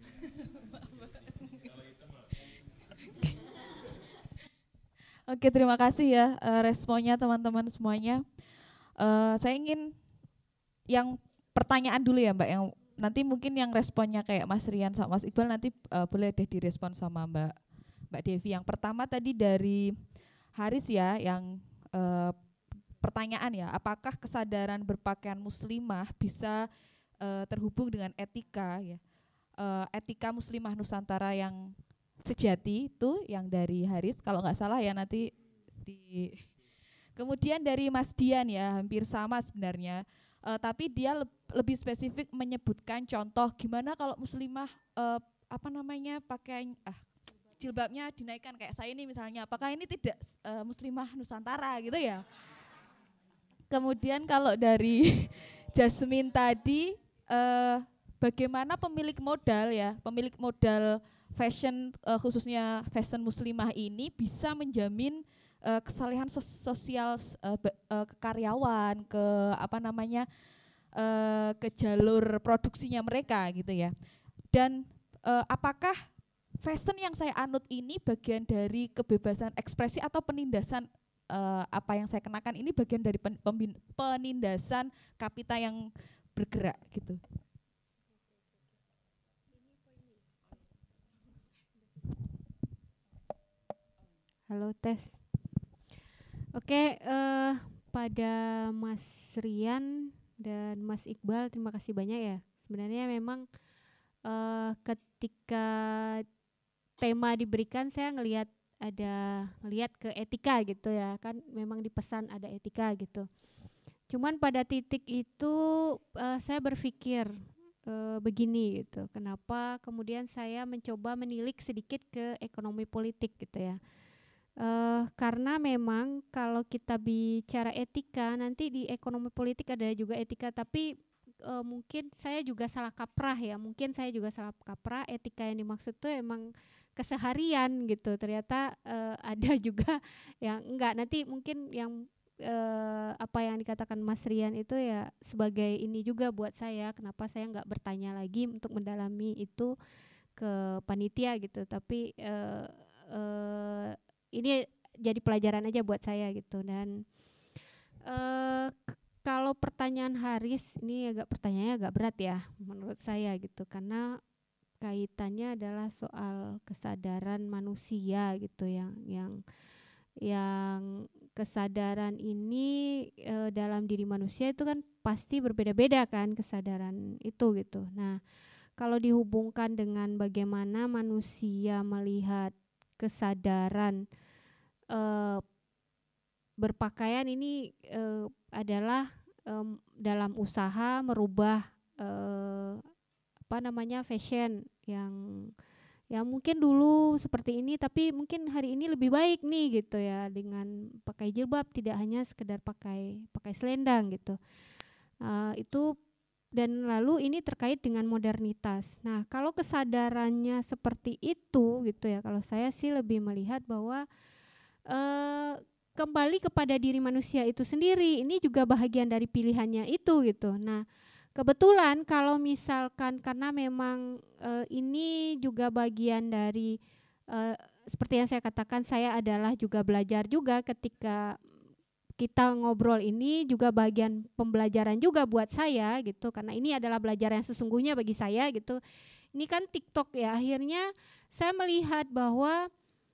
Oke, terima kasih ya eh, responnya teman-teman semuanya. Eh, saya ingin yang pertanyaan dulu ya Mbak, yang nanti mungkin yang responnya kayak Mas Rian sama Mas Iqbal nanti eh, boleh deh direspon sama Mbak Mbak Devi. Yang pertama tadi dari Haris ya, yang eh, pertanyaan ya, apakah kesadaran berpakaian muslimah bisa eh, terhubung dengan etika ya, eh, etika muslimah Nusantara yang sejati itu yang dari Haris kalau nggak salah ya nanti di kemudian dari Mas Dian ya hampir sama sebenarnya. Uh, tapi dia leb- lebih spesifik menyebutkan contoh gimana kalau muslimah uh, apa namanya pakai ah jilbabnya dinaikkan kayak saya ini misalnya, apakah ini tidak uh, muslimah Nusantara gitu ya. Kemudian kalau dari Jasmine tadi uh, bagaimana pemilik modal ya, pemilik modal fashion uh, khususnya fashion muslimah ini bisa menjamin uh, kesalehan sos sosial uh, uh, ke karyawan, ke apa namanya uh, ke jalur produksinya mereka gitu ya. Dan uh, apakah fashion yang saya anut ini bagian dari kebebasan ekspresi atau penindasan uh, apa yang saya kenakan ini bagian dari pen, pembin, penindasan kapita yang bergerak gitu. Halo tes. Oke, uh, pada Mas Rian dan Mas Iqbal, terima kasih banyak ya. Sebenarnya memang uh, ketika tema diberikan saya ngelihat ada ngelihat ke etika gitu ya, kan memang dipesan ada etika gitu. Cuman pada titik itu uh, saya berpikir uh, begini gitu, kenapa kemudian saya mencoba menilik sedikit ke ekonomi politik gitu ya. Uh, karena memang kalau kita bicara etika, nanti di ekonomi politik ada juga etika, tapi uh, mungkin saya juga salah kaprah ya, mungkin saya juga salah kaprah, etika yang dimaksud tuh emang keseharian gitu, ternyata uh, ada juga yang enggak, nanti mungkin yang uh, apa yang dikatakan Mas Rian itu ya sebagai ini juga buat saya, kenapa saya enggak bertanya lagi untuk mendalami itu ke panitia gitu, tapi uh, uh, ini jadi pelajaran aja buat saya gitu. Dan uh, k- kalau pertanyaan Haris ini agak pertanyaannya agak berat ya menurut saya gitu, karena kaitannya adalah soal kesadaran manusia gitu, yang yang yang kesadaran ini uh, dalam diri manusia itu kan pasti berbeda-beda kan kesadaran itu gitu. Nah, kalau dihubungkan dengan bagaimana manusia melihat kesadaran Uh, berpakaian ini uh, adalah um, dalam usaha merubah uh, apa namanya fashion yang yang mungkin dulu seperti ini tapi mungkin hari ini lebih baik nih gitu ya, dengan pakai jilbab, tidak hanya sekedar pakai pakai selendang gitu. Uh, itu dan lalu ini terkait dengan modernitas. Nah, kalau kesadarannya seperti itu gitu ya, kalau saya sih lebih melihat bahwa Uh, kembali kepada diri manusia itu sendiri, ini juga bahagian dari pilihannya itu gitu. Nah, kebetulan kalau misalkan karena memang uh, ini juga bagian dari uh, seperti yang saya katakan, saya adalah juga belajar juga ketika kita ngobrol, ini juga bagian pembelajaran juga buat saya gitu, karena ini adalah belajar yang sesungguhnya bagi saya gitu. Ini kan TikTok ya, akhirnya saya melihat bahwa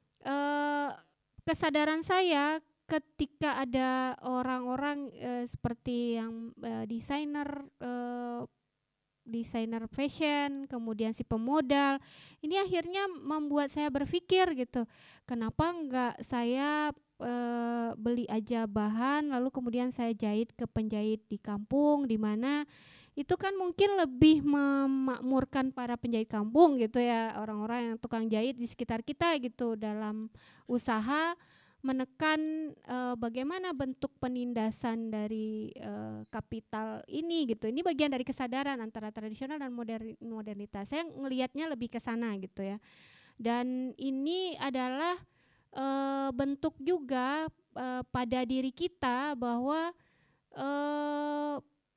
uh, kesadaran saya ketika ada orang-orang uh, seperti yang uh, desainer uh, desainer fashion, kemudian si pemodal, ini akhirnya membuat saya berpikir gitu, kenapa enggak saya uh, beli aja bahan lalu kemudian saya jahit ke penjahit di kampung, di mana itu kan mungkin lebih memakmurkan para penjahit kampung gitu ya, orang-orang yang tukang jahit di sekitar kita gitu, dalam usaha menekan uh, bagaimana bentuk penindasan dari uh, kapital ini gitu. Ini bagian dari kesadaran antara tradisional dan modern, modernitas. Saya ngelihatnya lebih ke sana gitu ya. Dan ini adalah uh, bentuk juga uh, pada diri kita bahwa uh,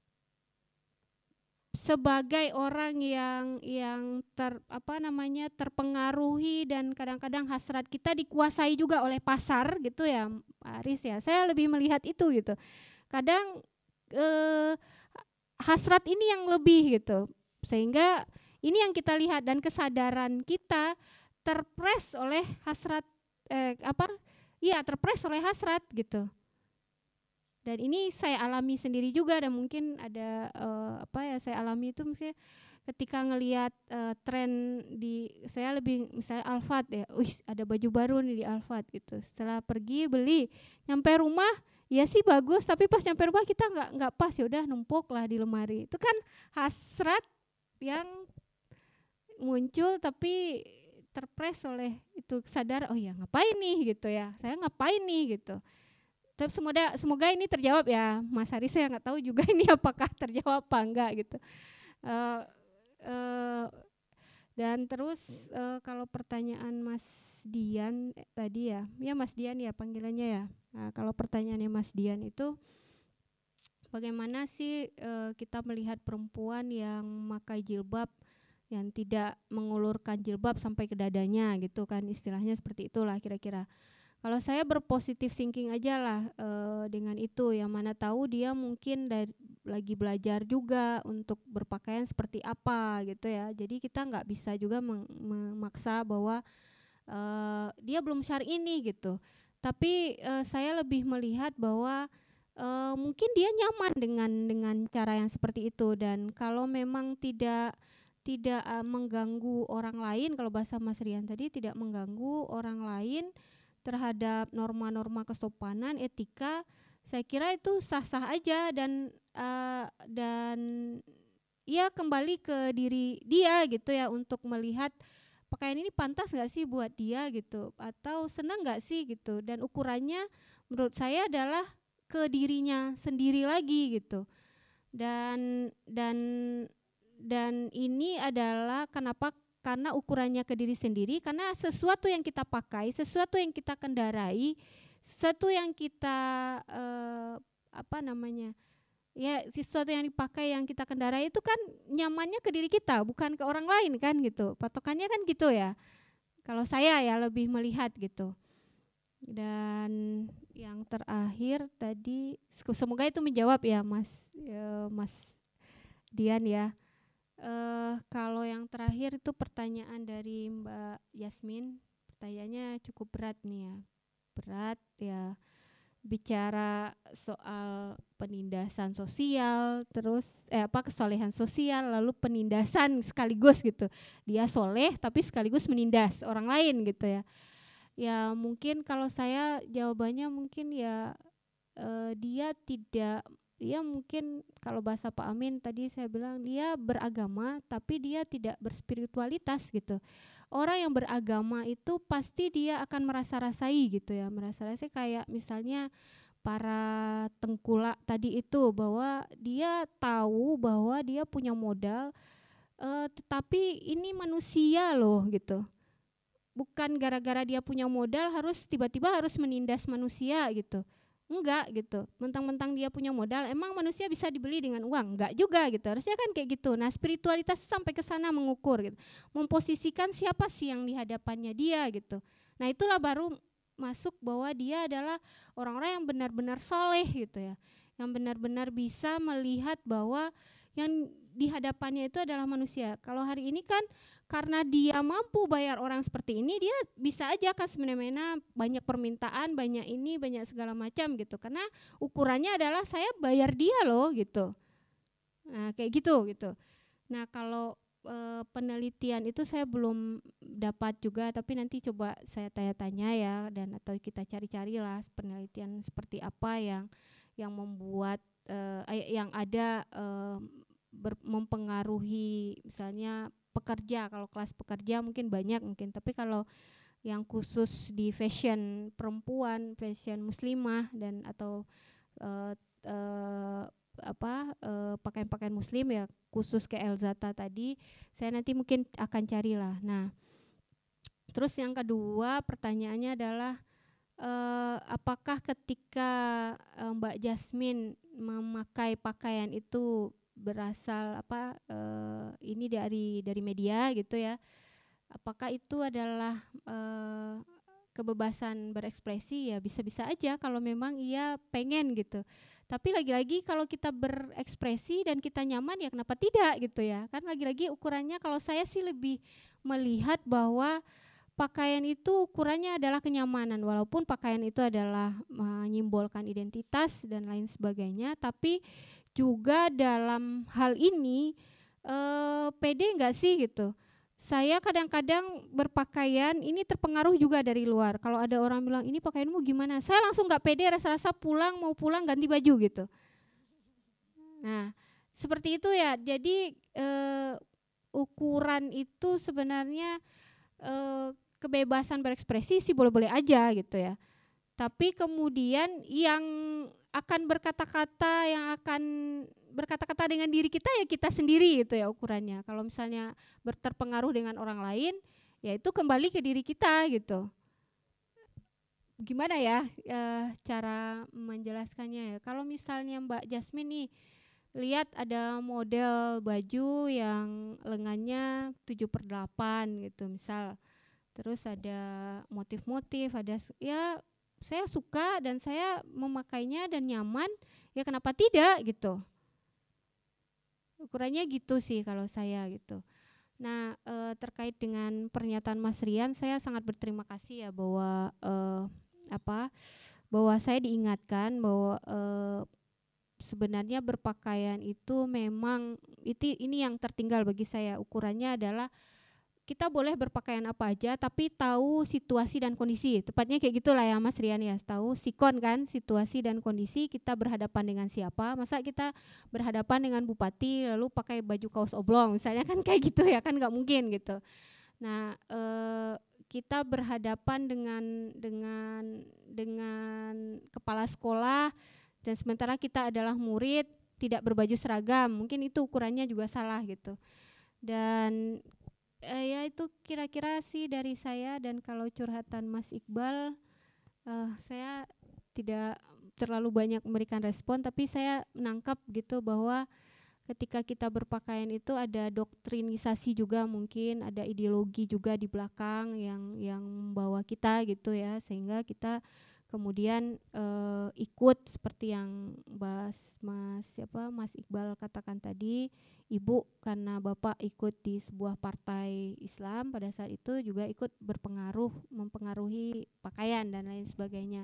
sebagai orang yang yang ter apa namanya terpengaruhi dan kadang-kadang hasrat kita dikuasai juga oleh pasar gitu ya, Aris ya. Saya lebih melihat itu gitu. Kadang eh, hasrat ini yang lebih gitu. Sehingga ini yang kita lihat dan kesadaran kita terpres oleh hasrat eh, apa? Iya, terpres oleh hasrat gitu. Dan ini saya alami sendiri juga, dan mungkin ada uh, apa ya saya alami itu misalnya ketika ngelihat uh, tren di, saya lebih misalnya Alfat ya, wih ada baju baru nih di Alfat gitu. Setelah pergi beli, nyampe rumah ya sih bagus, tapi pas nyampe rumah kita nggak nggak pas, ya udah numpuk lah di lemari. Itu kan hasrat yang muncul tapi terpres oleh itu, sadar oh ya ngapain nih gitu ya, saya ngapain nih gitu. Tapi semoga semoga ini terjawab ya, Mas Haris. Saya nggak tahu juga ini apakah terjawab apa enggak gitu. Uh, uh, dan terus uh, kalau pertanyaan Mas Dian eh, tadi ya, ya Mas Dian ya panggilannya ya. Nah, kalau pertanyaannya Mas Dian itu, bagaimana sih uh, kita melihat perempuan yang memakai jilbab yang tidak mengulurkan jilbab sampai ke dadanya gitu kan, istilahnya seperti itulah kira-kira. Kalau saya berpositif thinking aja lah e, dengan itu, yang mana tahu dia mungkin dari, lagi belajar juga untuk berpakaian seperti apa gitu ya. Jadi kita nggak bisa juga mem- memaksa bahwa e, dia belum syar'i ini gitu. Tapi e, saya lebih melihat bahwa e, mungkin dia nyaman dengan dengan cara yang seperti itu, dan kalau memang tidak tidak uh, mengganggu orang lain, kalau bahasa Mas Rian tadi tidak mengganggu orang lain terhadap norma-norma kesopanan, etika, saya kira itu sah-sah aja, dan uh, dan ya kembali ke diri dia gitu ya, untuk melihat pakaian ini pantas nggak sih buat dia gitu, atau senang nggak sih gitu, dan ukurannya menurut saya adalah ke dirinya sendiri lagi gitu. Dan dan dan ini adalah kenapa, karena ukurannya ke diri sendiri, karena sesuatu yang kita pakai, sesuatu yang kita kendarai, sesuatu yang kita uh, apa namanya ya sesuatu yang dipakai, yang kita kendarai itu kan nyamannya ke diri kita, bukan ke orang lain kan gitu, patokannya kan gitu ya, kalau saya ya lebih melihat gitu. Dan yang terakhir tadi, semoga itu menjawab ya Mas ya, Mas Dian ya. Uh, kalau yang terakhir itu pertanyaan dari Mbak Yasmin, pertanyaannya cukup berat nih ya, berat ya, bicara soal penindasan sosial, terus eh apa kesolehan sosial, lalu penindasan sekaligus gitu, dia soleh tapi sekaligus menindas orang lain gitu ya. Ya mungkin kalau saya jawabannya mungkin ya uh, dia tidak, dia mungkin kalau bahasa Pak Amin tadi saya bilang dia beragama tapi dia tidak berspiritualitas gitu. Orang yang beragama itu pasti dia akan merasa-rasai gitu ya, merasa-rasai kayak misalnya para tengkulak tadi itu, bahwa dia tahu bahwa dia punya modal, uh, tetapi ini manusia loh gitu. Bukan gara-gara dia punya modal harus tiba-tiba harus menindas manusia gitu. Enggak gitu, mentang-mentang dia punya modal, emang manusia bisa dibeli dengan uang? Enggak juga gitu, harusnya kan kayak gitu. Nah spiritualitas sampai ke sana mengukur gitu, memposisikan siapa sih yang di hadapannya dia gitu. Nah itulah baru masuk bahwa dia adalah orang-orang yang benar-benar soleh gitu ya, yang benar-benar bisa melihat bahwa yang di hadapannya itu adalah manusia. Kalau hari ini kan karena dia mampu bayar orang seperti ini, dia bisa aja kan semena-mena banyak permintaan, banyak ini, banyak segala macam gitu. Karena ukurannya adalah saya bayar dia loh gitu. Nah kayak gitu gitu. Nah kalau e, penelitian itu saya belum dapat juga, tapi nanti coba saya tanya-tanya ya, dan atau kita cari-carilah penelitian seperti apa yang yang membuat e, yang ada e, ber, mempengaruhi misalnya pekerja. Kalau kelas pekerja mungkin banyak mungkin, tapi kalau yang khusus di fashion perempuan, fashion muslimah dan atau uh, uh, apa uh, pakaian-pakaian muslim ya, khusus ke Elzata tadi, saya nanti mungkin akan carilah. Nah, terus yang kedua pertanyaannya adalah uh, apakah ketika uh, Mbak Jasmine memakai pakaian itu berasal apa uh, ini dari dari media gitu ya, apakah itu adalah uh, kebebasan berekspresi? Ya bisa-bisa aja kalau memang ia pengen gitu, tapi lagi-lagi kalau kita berekspresi dan kita nyaman ya kenapa tidak gitu ya, kan lagi-lagi ukurannya kalau saya sih lebih melihat bahwa pakaian itu ukurannya adalah kenyamanan, walaupun pakaian itu adalah menyimbolkan identitas dan lain sebagainya, tapi juga dalam hal ini eh, pede nggak sih gitu. Saya kadang-kadang berpakaian ini terpengaruh juga dari luar. Kalau ada orang bilang ini pakaianmu gimana, saya langsung nggak pede, rasa-rasa pulang mau pulang ganti baju gitu. Nah seperti itu ya. Jadi eh, ukuran itu sebenarnya eh, kebebasan berekspresi sih boleh-boleh aja gitu ya. Tapi kemudian yang akan berkata-kata, yang akan berkata-kata dengan diri kita ya kita sendiri gitu ya ukurannya. Kalau misalnya berterpengaruh dengan orang lain, ya itu kembali ke diri kita gitu. Gimana ya e, cara menjelaskannya ya? Kalau misalnya Mbak Jasmine nih lihat ada model baju yang lengannya tujuh per delapan gitu misal. Terus ada motif-motif, ada s- ya saya suka dan saya memakainya dan nyaman, ya kenapa tidak gitu. Ukurannya gitu sih kalau saya gitu. Nah, eh, terkait dengan pernyataan Mas Rian, saya sangat berterima kasih ya bahwa eh, apa bahwa saya diingatkan bahwa eh, sebenarnya berpakaian itu memang itu ini yang tertinggal bagi saya. Ukurannya adalah kita boleh berpakaian apa aja tapi tahu situasi dan kondisi. Tepatnya kayak gitulah ya Mas Rian ya, tahu sikon kan, situasi dan kondisi, kita berhadapan dengan siapa. Masa kita berhadapan dengan bupati lalu pakai baju kaos oblong misalnya, kan kayak gitu ya, kan nggak mungkin gitu. Nah, eh, kita berhadapan dengan dengan dengan kepala sekolah dan sementara kita adalah murid tidak berbaju seragam, mungkin itu ukurannya juga salah gitu. Dan eh, ya itu kira-kira sih dari saya. Dan kalau curhatan Mas Iqbal, eh, saya tidak terlalu banyak memberikan respon, tapi saya menangkap gitu bahwa ketika kita berpakaian itu ada doktrinisasi juga, mungkin ada ideologi juga di belakang yang yang membawa kita gitu ya, sehingga kita kemudian eh, ikut seperti yang Mas Mas siapa Mas Iqbal katakan tadi, ibu karena bapak ikut di sebuah partai Islam pada saat itu juga ikut berpengaruh mempengaruhi pakaian dan lain sebagainya.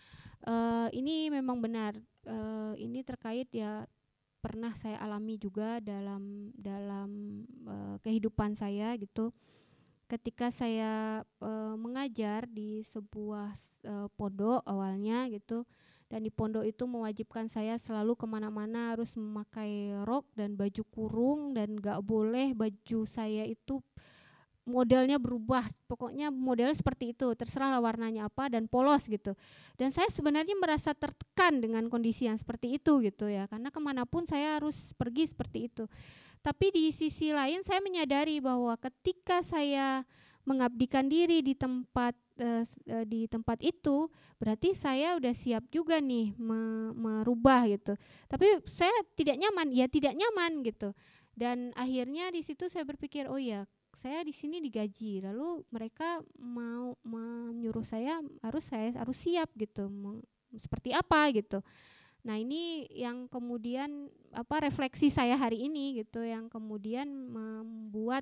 Eh, ini memang benar, eh, ini terkait ya pernah saya alami juga dalam dalam uh, kehidupan saya gitu. Ketika saya uh, mengajar di sebuah uh, pondok awalnya gitu, dan di pondok itu mewajibkan saya selalu kemana-mana harus memakai rok dan baju kurung, dan gak boleh baju saya itu modelnya berubah, pokoknya modelnya seperti itu, terserahlah warnanya apa dan polos gitu. Dan saya sebenarnya merasa tertekan dengan kondisi yang seperti itu gitu ya, karena kemanapun saya harus pergi seperti itu. Tapi di sisi lain saya menyadari bahwa ketika saya mengabdikan diri di tempat uh, uh, di tempat itu, berarti saya udah siap juga nih me- merubah gitu. Tapi saya tidak nyaman, ya tidak nyaman gitu. Dan akhirnya di situ saya berpikir, oh ya, saya di sini digaji, lalu mereka mau menyuruh saya harus saya harus siap gitu, meng, seperti apa gitu. Nah ini yang kemudian apa refleksi saya hari ini gitu, yang kemudian membuat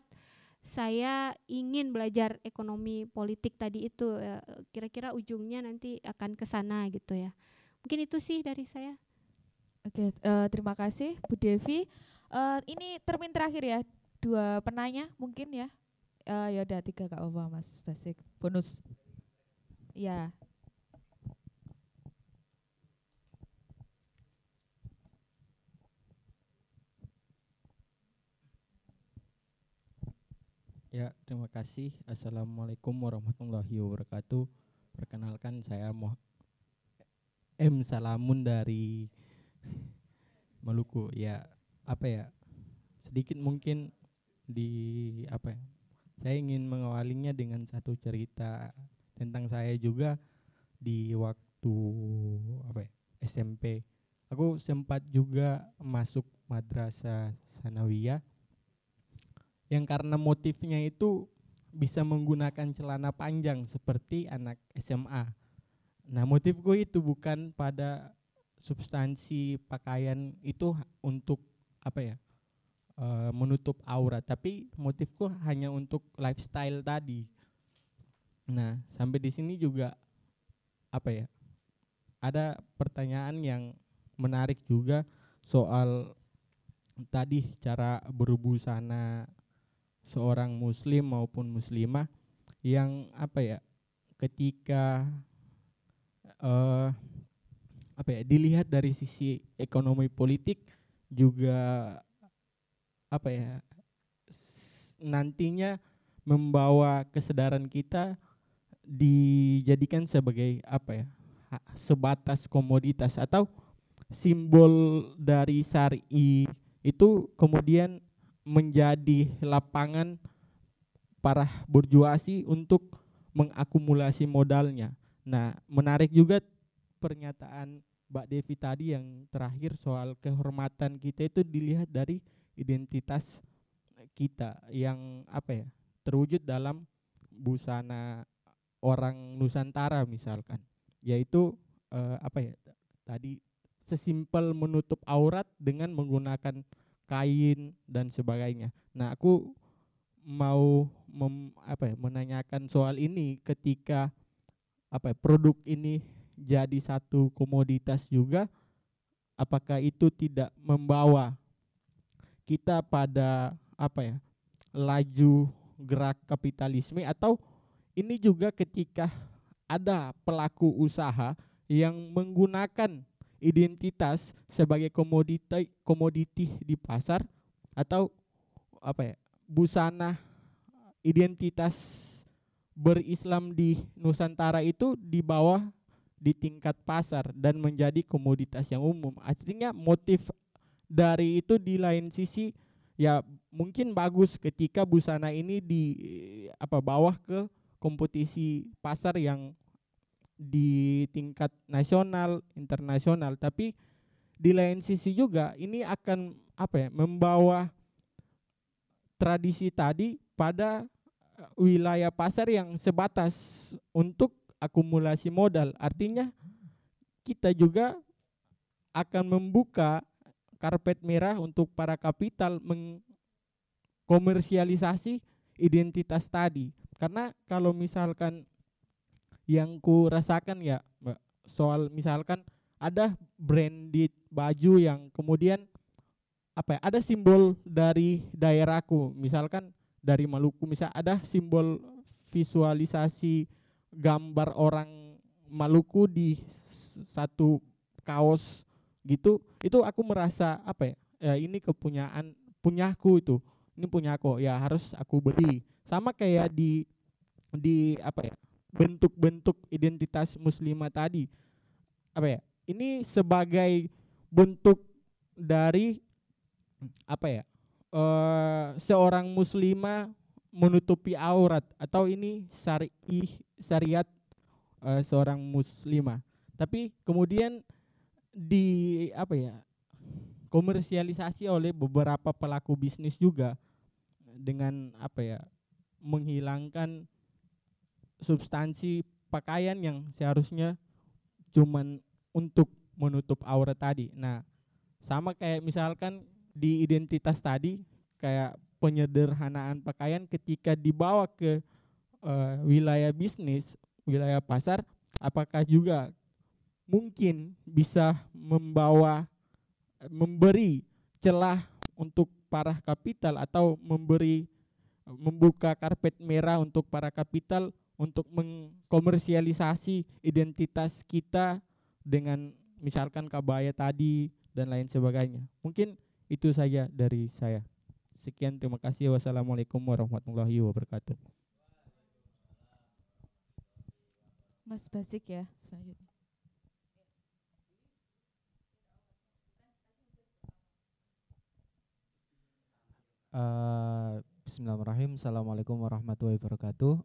saya ingin belajar ekonomi politik tadi itu, ya, kira-kira ujungnya nanti akan ke sana gitu ya. Mungkin itu sih dari saya. Oke, uh, terima kasih Bu Devi. Uh, ini termin terakhir ya, dua penanya mungkin ya. Uh, ya udah tiga Kak apa Mas Basik. Bonus. Ya. Ya, terima kasih. Assalamualaikum warahmatullahi wabarakatuh. Perkenalkan saya Moh M Salamun dari Maluku. Ya, apa ya? Sedikit mungkin di apa ya? Saya ingin mengawalinya dengan satu cerita tentang saya juga di waktu apa ya? S M P. Aku sempat juga masuk madrasah sanawiyah yang karena motifnya itu bisa menggunakan celana panjang seperti anak S M A. Nah, motifku itu bukan pada substansi pakaian itu untuk apa ya? Uh, menutup aurat, tapi motifku hanya untuk lifestyle tadi. Nah, sampai di sini juga apa ya? Ada pertanyaan yang menarik juga soal tadi cara berbusana seorang muslim maupun muslimah yang apa ya? Ketika uh, apa ya? Dilihat dari sisi ekonomi politik juga apa ya, nantinya membawa kesadaran kita dijadikan sebagai apa ya, sebatas komoditas atau simbol dari syar'i itu kemudian menjadi lapangan para burjuasi untuk mengakumulasi modalnya. Nah, menarik juga pernyataan Mbak Devi tadi yang terakhir soal kehormatan kita itu dilihat dari identitas kita yang apa ya, terwujud dalam busana orang Nusantara misalkan, yaitu eh, apa ya tadi sesimpel menutup aurat dengan menggunakan kain dan sebagainya. Nah, aku mau mem, apa ya, menanyakan soal ini ketika apa ya, produk ini jadi satu komoditas juga, apakah itu tidak membawa kita pada apa ya, laju gerak kapitalisme, atau ini juga ketika ada pelaku usaha yang menggunakan identitas sebagai komoditi komoditi di pasar, atau apa ya, busana identitas berislam di Nusantara itu di bawah di tingkat pasar dan menjadi komoditas yang umum. Artinya motif dari itu di lain sisi ya mungkin bagus ketika busana ini di apa bawah ke kompetisi pasar yang di tingkat nasional, internasional, tapi di lain sisi juga ini akan apa ya, membawa tradisi tadi pada wilayah pasar yang sebatas untuk akumulasi modal. Artinya kita juga akan membuka karpet merah untuk para kapital mengkomersialisasi identitas tadi. Karena kalau misalkan yang ku rasakan ya Mbak, soal misalkan ada branded baju yang kemudian apa ya, ada simbol dari daerahku, misalkan dari Maluku, misal ada simbol visualisasi gambar orang Maluku di satu kaos gitu, itu aku merasa apa ya, ya ini kepunyaan punyaku, itu ini punyaku ya harus aku beli. Sama kayak di di apa ya, bentuk-bentuk identitas muslimah tadi, apa ya, ini sebagai bentuk dari apa ya, uh, seorang muslimah menutupi aurat, atau ini syari syariat uh, seorang muslimah, tapi kemudian di apa ya, komersialisasi oleh beberapa pelaku bisnis juga dengan apa ya, menghilangkan substansi pakaian yang seharusnya cuman untuk menutup aurat tadi. Nah, sama kayak misalkan di identitas tadi, kayak penyederhanaan pakaian ketika dibawa ke uh, wilayah bisnis, wilayah pasar, apakah juga mungkin bisa membawa, memberi celah untuk para kapital, atau memberi membuka karpet merah untuk para kapital untuk mengkomersialisasi identitas kita dengan misalkan kabaya tadi dan lain sebagainya. Mungkin itu saja dari saya. Sekian, terima kasih. Wassalamualaikum warahmatullahi wabarakatuh. Mas Basik ya selanjutnya. Uh, Bismillahirrahmanirrahim. Assalamualaikum warahmatullahi wabarakatuh.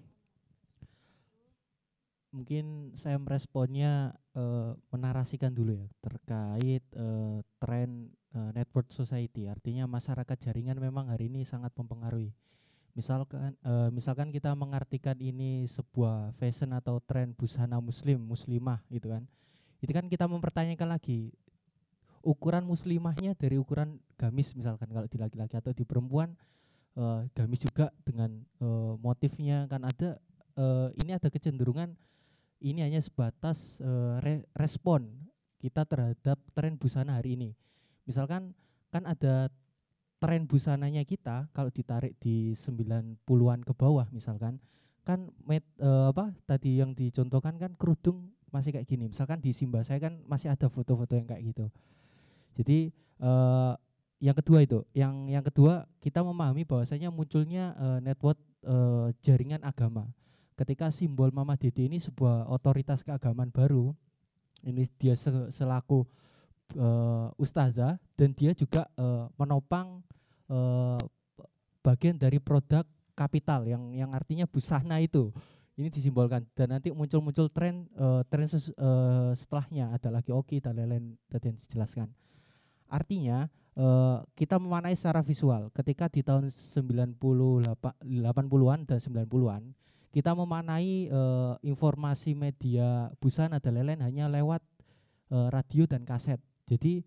Mungkin saya meresponnya uh, menarasikan dulu ya terkait uh, tren uh, network society. Artinya masyarakat jaringan memang hari ini sangat mempengaruhi. Misalkan uh, misalkan kita mengartikan ini sebuah fashion atau tren busana muslim, muslimah gitu kan. Itu kan kita mempertanyakan lagi ukuran muslimahnya dari ukuran gamis, misalkan kalau di laki-laki, atau di perempuan uh, gamis juga dengan uh, motifnya kan ada. Uh, ini ada kecenderungan ini hanya sebatas uh, re respon kita terhadap tren busana hari ini. Misalkan kan ada tren busananya kita kalau ditarik di sembilan puluhan ke bawah misalkan, kan met, uh, apa tadi yang dicontohkan kan kerudung masih kayak gini. Misalkan di Simba saya kan masih ada foto-foto yang kayak gitu. Jadi uh, yang kedua itu, yang yang kedua kita memahami bahwasanya munculnya uh, network uh, jaringan agama. Ketika simbol Mama Dede ini sebuah otoritas keagamaan baru, ini dia selaku uh, ustazah, dan dia juga uh, menopang uh, bagian dari produk kapital yang yang artinya busana itu, ini disimbolkan, dan nanti muncul-muncul tren uh, tren ses, uh, setelahnya ada lagi oki dan lain-lain tadi yang dijelaskan. Artinya uh, kita memaknai secara visual. Ketika di tahun sembilan puluh, delapan puluhan dan sembilan puluhan kita memaknai uh, informasi media busana dan lain-lain hanya lewat uh, radio dan kaset. Jadi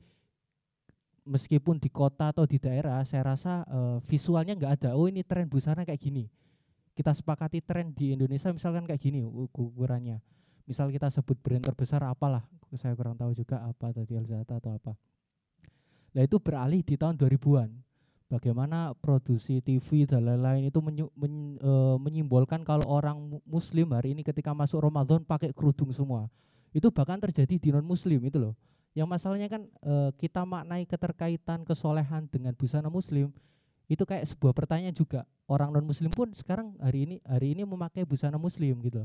meskipun di kota atau di daerah, saya rasa uh, visualnya nggak ada. Oh ini tren busana kayak gini. Kita sepakati tren di Indonesia misalkan kayak gini ukurannya. Misal kita sebut brand terbesar apalah, saya kurang tahu juga apa tadi Alzata atau apa. Nah itu beralih di tahun dua ribuan. Bagaimana produksi T V dan lain-lain itu menyu, men, e, menyimbolkan kalau orang muslim hari ini ketika masuk Ramadan pakai kerudung semua. Itu bahkan terjadi di non muslim itu loh. Yang masalahnya kan e, kita maknai keterkaitan kesolehan dengan busana muslim. Itu kayak sebuah pertanyaan juga. Orang non muslim pun sekarang hari ini hari ini memakai busana muslim gitu.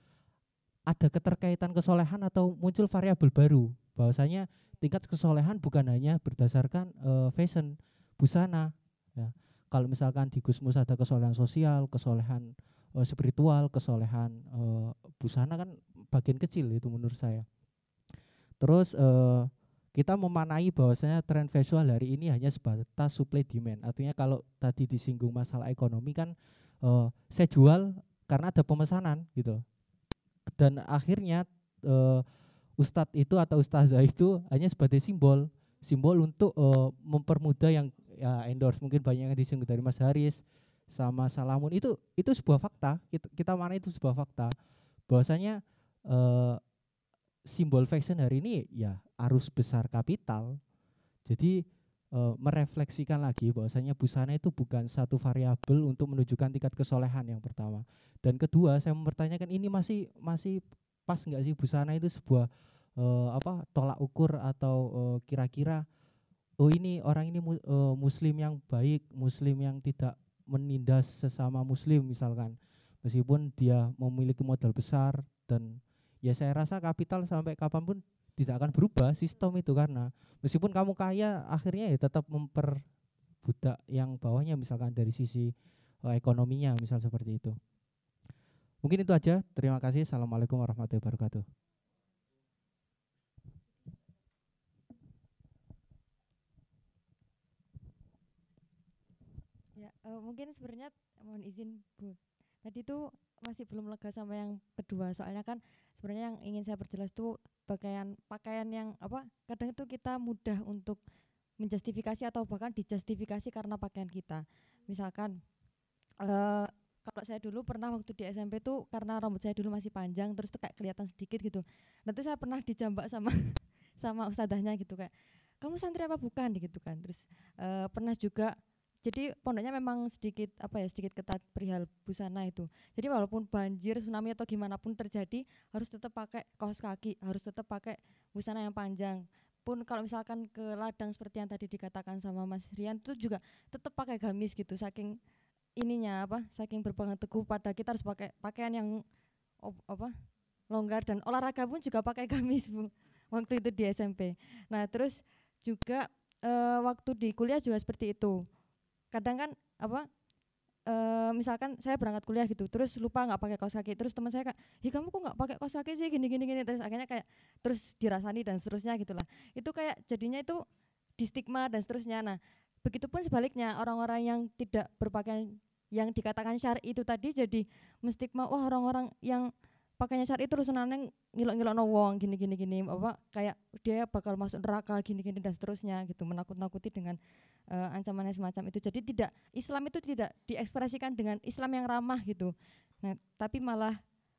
Ada keterkaitan kesolehan atau muncul variabel baru bahwasanya tingkat kesolehan bukan hanya berdasarkan uh, fashion busana ya. Kalau misalkan di Gusmus ada kesolehan sosial, kesolehan uh, spiritual, kesolehan uh, busana kan bagian kecil itu menurut saya. Terus uh, kita memanai bahwasanya tren visual hari ini hanya sebatas supply demand. Artinya kalau tadi disinggung masalah ekonomi kan uh, saya jual karena ada pemesanan gitu. Dan akhirnya uh, ustadz itu atau ustazah itu hanya sebagai simbol, simbol untuk uh, mempermudah yang ya, endorse. Mungkin banyak yang disinggung dari Mas Haris sama Salamun, itu itu sebuah fakta. Kita, kita mana itu sebuah fakta bahwasanya uh, simbol fashion hari ini ya arus besar kapital. Jadi e, merefleksikan lagi bahwasanya busana itu bukan satu variabel untuk menunjukkan tingkat kesolehan yang pertama. Dan kedua, saya mempertanyakan ini masih masih pas enggak sih busana itu sebuah e, apa tolak ukur atau e, kira-kira oh ini orang ini mu, e, muslim yang baik, muslim yang tidak menindas sesama muslim misalkan. Meskipun dia memiliki modal besar dan ya saya rasa kapital sampai kapanpun tidak akan berubah sistem itu, karena meskipun kamu kaya akhirnya ya tetap memperbudak yang bawahnya misalkan dari sisi uh, ekonominya misal seperti itu. Mungkin itu aja, terima kasih. Assalamualaikum warahmatullahi wabarakatuh. Ya uh, mungkin sebenarnya mohon izin Bu, tadi itu masih belum lega sama yang kedua, soalnya kan sebenarnya yang ingin saya perjelas tuh pakaian pakaian yang apa kadang itu kita mudah untuk menjustifikasi atau bahkan dijustifikasi karena pakaian kita. Misalkan uh, kalau saya dulu pernah waktu di S M P tuh karena rambut saya dulu masih panjang terus tuh kayak kelihatan sedikit gitu. Nanti saya pernah dijambak sama sama ustadzahnya gitu kayak kamu santri apa bukan gitu kan. Terus uh, pernah juga jadi pondoknya memang sedikit apa ya sedikit ketat perihal busana itu. Jadi walaupun banjir, tsunami atau gimana pun terjadi harus tetap pakai kaos kaki, harus tetap pakai busana yang panjang. Pun kalau misalkan ke ladang seperti yang tadi dikatakan sama Mas Rian itu juga tetap pakai gamis gitu. Saking ininya apa? Saking berpegang teguh pada kita harus pakai pakaian yang op, apa? longgar, dan olahraga pun juga pakai gamis Bu. Waktu itu di S M P. Nah, terus juga e, waktu di kuliah juga seperti itu. Kadang kan apa e, misalkan saya berangkat kuliah gitu terus lupa nggak pakai kaos kaki, terus teman saya kayak hi kamu kok nggak pakai kaos kaki sih gini gini gini, terus akhirnya kayak terus dirasani dan seterusnya gitulah. Itu kayak jadinya itu di stigma dan seterusnya. Nah begitupun sebaliknya, orang-orang yang tidak berpakaian yang dikatakan syar'i itu tadi jadi menstigma wah orang-orang yang pakainya syar'i terus senang ngilok-ngilok no wong gini gini gini apa kayak dia bakal masuk neraka gini gini dan seterusnya gitu, menakut-nakuti dengan uh, ancamannya semacam itu. Jadi tidak, Islam itu tidak diekspresikan dengan Islam yang ramah gitu. Nah tapi malah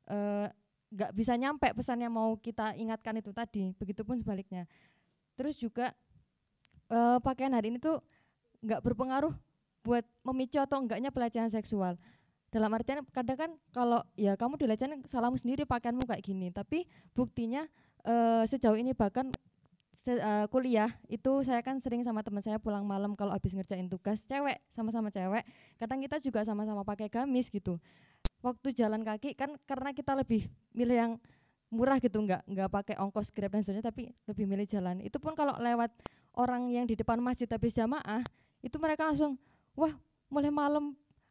nggak uh, bisa nyampe pesan yang mau kita ingatkan itu tadi. Begitupun sebaliknya. Terus juga uh, pakaian hari ini tuh nggak berpengaruh buat memicu atau enggaknya pelecehan seksual. Dalam artian kadang kan kalau ya kamu dilecehin salahmu sendiri pakaianmu kayak gini, tapi buktinya e, sejauh ini bahkan se, e, kuliah itu saya kan sering sama teman saya pulang malam kalau habis ngerjain tugas cewek, sama-sama cewek, kadang kita juga sama-sama pakai gamis gitu. Waktu jalan kaki kan karena kita lebih milih yang murah gitu, nggak nggak pakai ongkos Grab dan sebagainya, tapi lebih milih jalan. Itu pun kalau lewat orang yang di depan masjid habis jamaah, itu mereka langsung wah mulai malam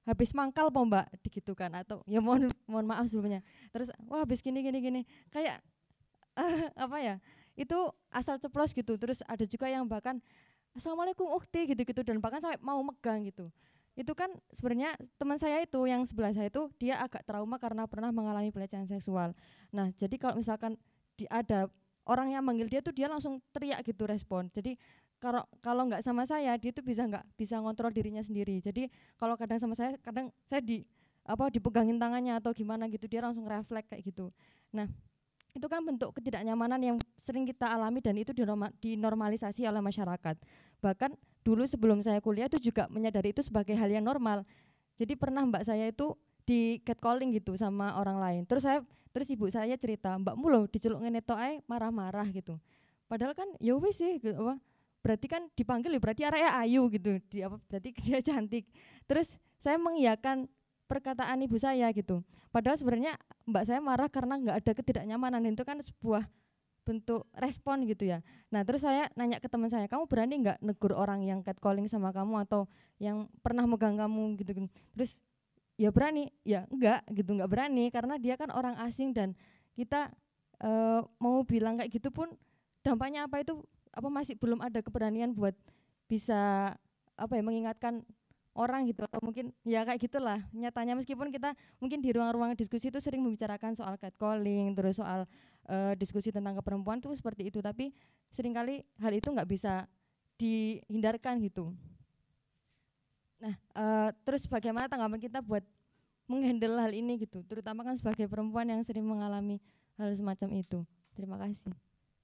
habis mangkal po mbak digitukan atau ya mohon mohon maaf sebelumnya. Terus wah habis gini gini gini kayak uh, apa ya itu asal ceplos gitu. Terus ada juga yang bahkan assalamualaikum ukti gitu-gitu dan bahkan sampai mau megang gitu. Itu kan sebenarnya teman saya itu yang sebelah saya itu dia agak trauma karena pernah mengalami pelecehan seksual. Nah jadi kalau misalkan di ada orang yang manggil dia tuh dia langsung teriak gitu respon. Jadi kalau kalau nggak sama saya dia tuh bisa nggak bisa ngontrol dirinya sendiri. Jadi kalau kadang sama saya kadang saya di apa dipegangin tangannya atau gimana gitu dia langsung refleks kayak gitu. Nah itu kan bentuk ketidaknyamanan yang sering kita alami dan itu dinorma, dinormalisasi oleh masyarakat. Bahkan dulu sebelum saya kuliah itu juga menyadari itu sebagai hal yang normal. Jadi pernah mbak saya itu di catcalling gitu sama orang lain. Terus saya terus ibu saya cerita, mbakmu loh diceluk ngene tok ae marah-marah gitu. Padahal kan ya wis sih gitu, apa berarti kan dipanggil ya berarti arek ayu gitu. Di apa berarti dia cantik. Terus saya mengiyakan perkataan ibu saya gitu. Padahal sebenarnya mbak saya marah karena nggak ada ketidaknyamanan, itu kan sebuah bentuk respon gitu ya. Nah terus saya nanya ke teman saya, kamu berani nggak negur orang yang catcalling sama kamu atau yang pernah megang kamu gitu, gitu. Terus ya berani, ya enggak gitu, nggak berani karena dia kan orang asing dan kita e, mau bilang kayak gitu pun dampaknya apa itu apa masih belum ada keberanian buat bisa apa ya mengingatkan orang gitu atau mungkin ya kayak gitulah nyatanya meskipun kita mungkin di ruang-ruang diskusi itu sering membicarakan soal catcalling terus soal uh, diskusi tentang keperempuan itu seperti itu tapi seringkali hal itu nggak bisa dihindarkan gitu. Nah uh, terus bagaimana tanggapan kita buat menghandle hal ini gitu terutama kan sebagai perempuan yang sering mengalami hal semacam itu. Terima kasih.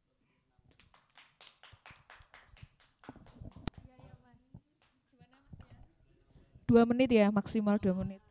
Dua menit ya, maksimal dua menit.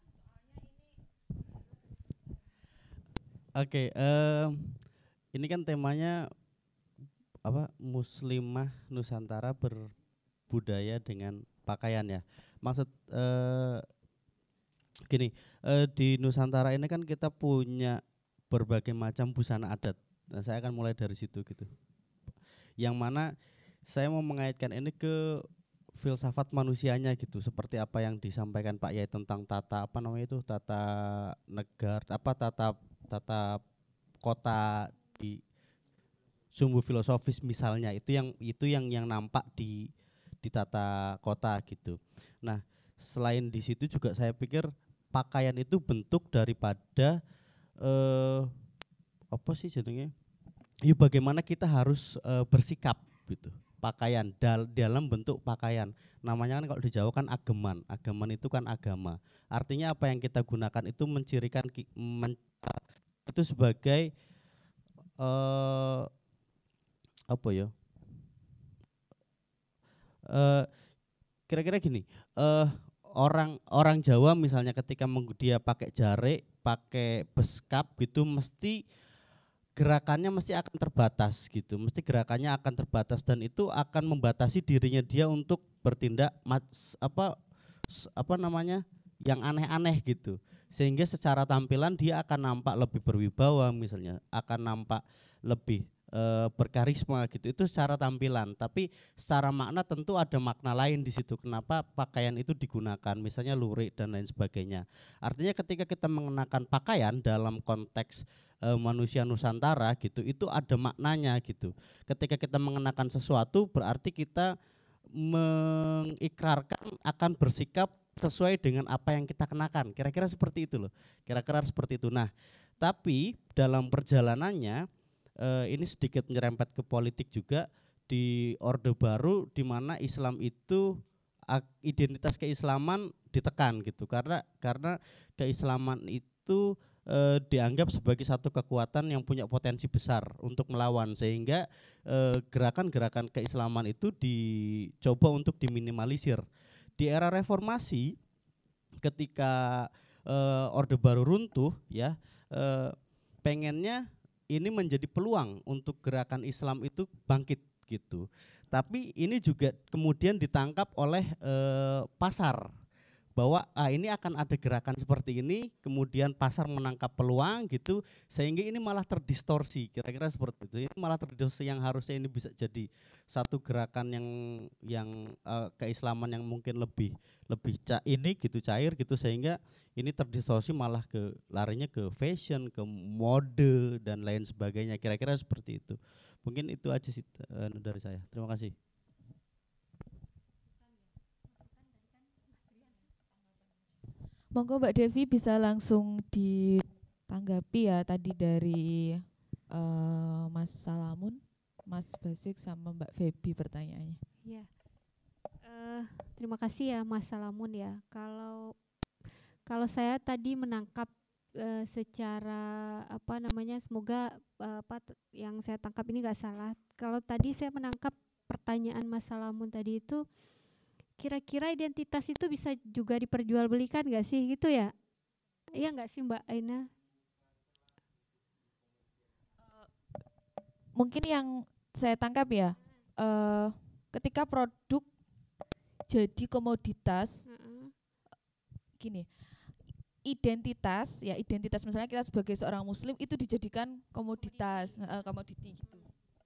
Oke, okay, um, ini kan temanya apa Muslimah Nusantara berbudaya dengan pakaian ya. Maksud uh, gini, uh, di Nusantara ini kan kita punya berbagai macam busana adat. Nah, saya akan mulai dari situ gitu. Yang mana saya mau mengaitkan ini ke filsafat manusianya gitu, seperti apa yang disampaikan Pak Yai tentang tata apa namanya itu tata negara apa tata tata kota di sumbu filosofis misalnya itu yang itu yang yang nampak di di tata kota gitu. Nah selain di situ juga saya pikir pakaian itu bentuk daripada eh, apa sih jadinya? Ya bagaimana kita harus eh, bersikap gitu. Pakaian dal dalam bentuk pakaian namanya kan kalau di Jawa kan ageman ageman itu kan agama artinya apa yang kita gunakan itu mencirikan ki, men, itu sebagai uh, apa ya uh, kira-kira gini uh, orang orang Jawa misalnya ketika dia pakai jarik pakai beskap gitu mesti gerakannya mesti akan terbatas gitu, mesti gerakannya akan terbatas dan itu akan membatasi dirinya dia untuk bertindak mas, apa apa namanya yang aneh-aneh gitu, sehingga secara tampilan dia akan nampak lebih berwibawa misalnya, akan nampak lebih e, berkarisma gitu, itu secara tampilan, tapi secara makna tentu ada makna lain di situ. Kenapa pakaian itu digunakan, misalnya lurik dan lain sebagainya. Artinya ketika kita mengenakan pakaian dalam konteks e, manusia Nusantara gitu, itu ada maknanya gitu. Ketika kita mengenakan sesuatu berarti kita mengikrarkan akan bersikap sesuai dengan apa yang kita kenakan. Kira-kira seperti itu loh. Kira-kira seperti itu. Nah, tapi dalam perjalanannya eh, ini sedikit nyerempet ke politik juga di Orde Baru di mana Islam itu identitas keislaman ditekan gitu. Karena karena keislaman itu e, dianggap sebagai satu kekuatan yang punya potensi besar untuk melawan, sehingga e, gerakan-gerakan keislaman itu dicoba untuk diminimalisir. Di era reformasi ketika e, Orde Baru runtuh ya, e, pengennya ini menjadi peluang untuk gerakan Islam itu bangkit gitu. Tapi ini juga kemudian ditangkap oleh e, pasar, bahwa ah, ini akan ada gerakan seperti ini, kemudian pasar menangkap peluang gitu, sehingga ini malah terdistorsi, kira-kira seperti itu. Ini malah terdistorsi yang harusnya ini bisa jadi satu gerakan yang yang uh, keislaman yang mungkin lebih lebih ca ini gitu cair gitu, sehingga ini terdistorsi malah ke larinya ke fashion, ke mode dan lain sebagainya, kira-kira seperti itu. Mungkin itu aja sih uh, dari saya. Terima kasih. Monggo Mbak Devi bisa langsung ditanggapi ya tadi dari uh, Mas Salamun, Mas Basik sama Mbak Feby pertanyaannya. Ya, uh, terima kasih ya Mas Salamun ya. Kalau kalau saya tadi menangkap uh, secara apa namanya, semoga uh, apa yang saya tangkap ini nggak salah. Kalau tadi saya menangkap pertanyaan Mas Salamun tadi itu, kira-kira identitas itu bisa juga diperjualbelikan nggak sih gitu ya? Iya nggak sih Mbak Aina? Uh, mungkin yang saya tangkap ya, uh, ketika produk jadi komoditas, uh-uh. gini, identitas ya identitas misalnya kita sebagai seorang Muslim itu dijadikan komoditas, uh, komoditi gitu.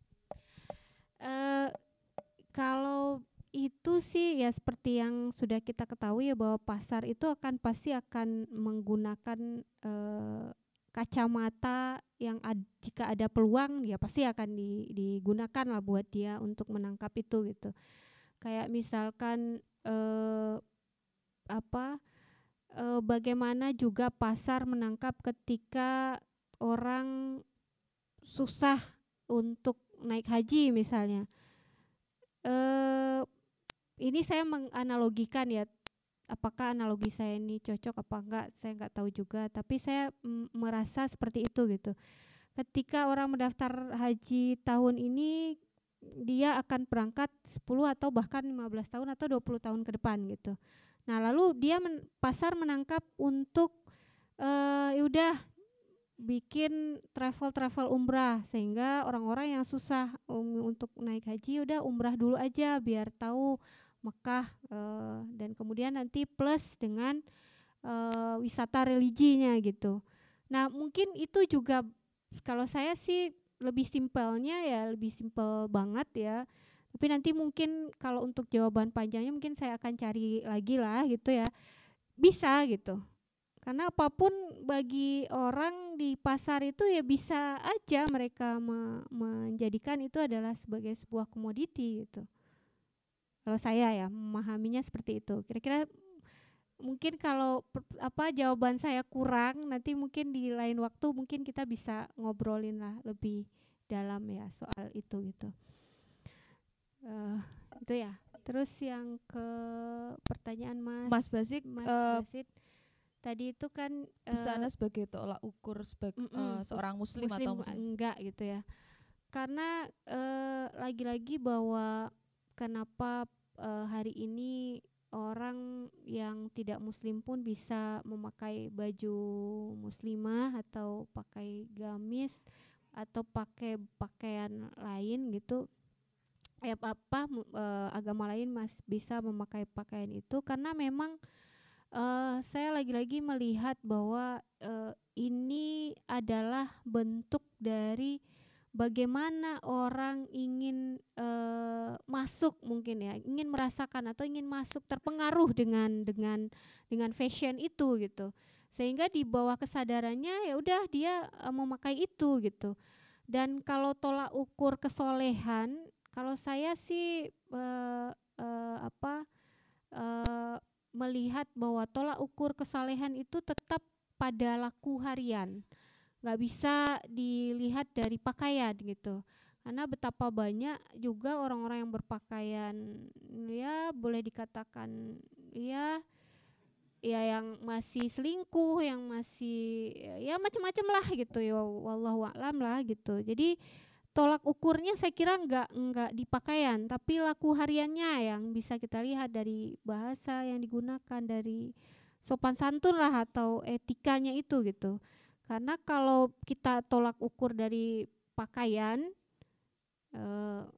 Uh, kalau itu sih ya seperti yang sudah kita ketahui ya, bahwa pasar itu akan pasti akan menggunakan uh, kacamata yang ad, jika ada peluang ya pasti akan di, digunakan lah buat dia untuk menangkap itu gitu. Kayak misalkan uh, apa uh, bagaimana juga pasar menangkap ketika orang susah untuk naik haji misalnya. Uh, ini saya menganalogikan ya, apakah analogi saya ini cocok apa enggak saya enggak tahu juga, tapi saya m- merasa seperti itu gitu. Ketika orang mendaftar haji tahun ini, dia akan berangkat sepuluh atau bahkan lima belas tahun atau dua puluh tahun ke depan gitu. Nah, lalu dia men- pasar menangkap untuk uh, yaudah bikin travel-travel umrah, sehingga orang-orang yang susah um, untuk naik haji udah umrah dulu aja biar tahu Mekah, uh, dan kemudian nanti plus dengan uh, wisata religinya gitu. Nah mungkin itu juga kalau saya sih lebih simpelnya ya, lebih simpel banget ya. Tapi nanti mungkin kalau untuk jawaban panjangnya mungkin saya akan cari lagi lah gitu ya. Bisa gitu. Karena apapun bagi orang di pasar itu ya bisa aja mereka me- menjadikan itu adalah sebagai sebuah komoditi gitu. Kalau saya ya memahaminya seperti itu. Kira-kira mungkin kalau per, apa jawaban saya kurang, nanti mungkin di lain waktu mungkin kita bisa ngobrolin lah lebih dalam ya soal itu gitu. Uh, itu ya. Terus yang ke pertanyaan Mas Mas Basik, Mas uh, Basit tadi itu kan busana uh, sebagai tolak ukur sebagai uh, seorang muslim, muslim atau muslim enggak gitu ya. Karena uh, lagi-lagi bahwa kenapa uh, hari ini orang yang tidak muslim pun bisa memakai baju muslimah atau pakai gamis atau pakai pakaian lain gitu. Ya apa uh, agama lain mas bisa memakai pakaian itu karena memang uh, saya lagi-lagi melihat bahwa uh, ini adalah bentuk dari bagaimana orang ingin uh, masuk mungkin ya, ingin merasakan atau ingin masuk terpengaruh dengan dengan dengan fashion itu gitu. Sehingga di bawah kesadarannya ya udah dia uh, memakai itu gitu. Dan kalau tolak ukur kesolehan, kalau saya sih uh, uh, apa uh, melihat bahwa tolak ukur kesalehan itu tetap pada laku harian. Nggak bisa dilihat dari pakaian gitu, karena betapa banyak juga orang-orang yang berpakaian ya boleh dikatakan ya ya yang masih selingkuh, yang masih ya macam-macam lah gitu ya, wallahu a'lam lah gitu. Jadi tolak ukurnya saya kira nggak nggak di pakaian, tapi laku hariannya yang bisa kita lihat dari bahasa yang digunakan, dari sopan santun lah atau etikanya itu gitu. Karena kalau kita tolak ukur dari pakaian, uh,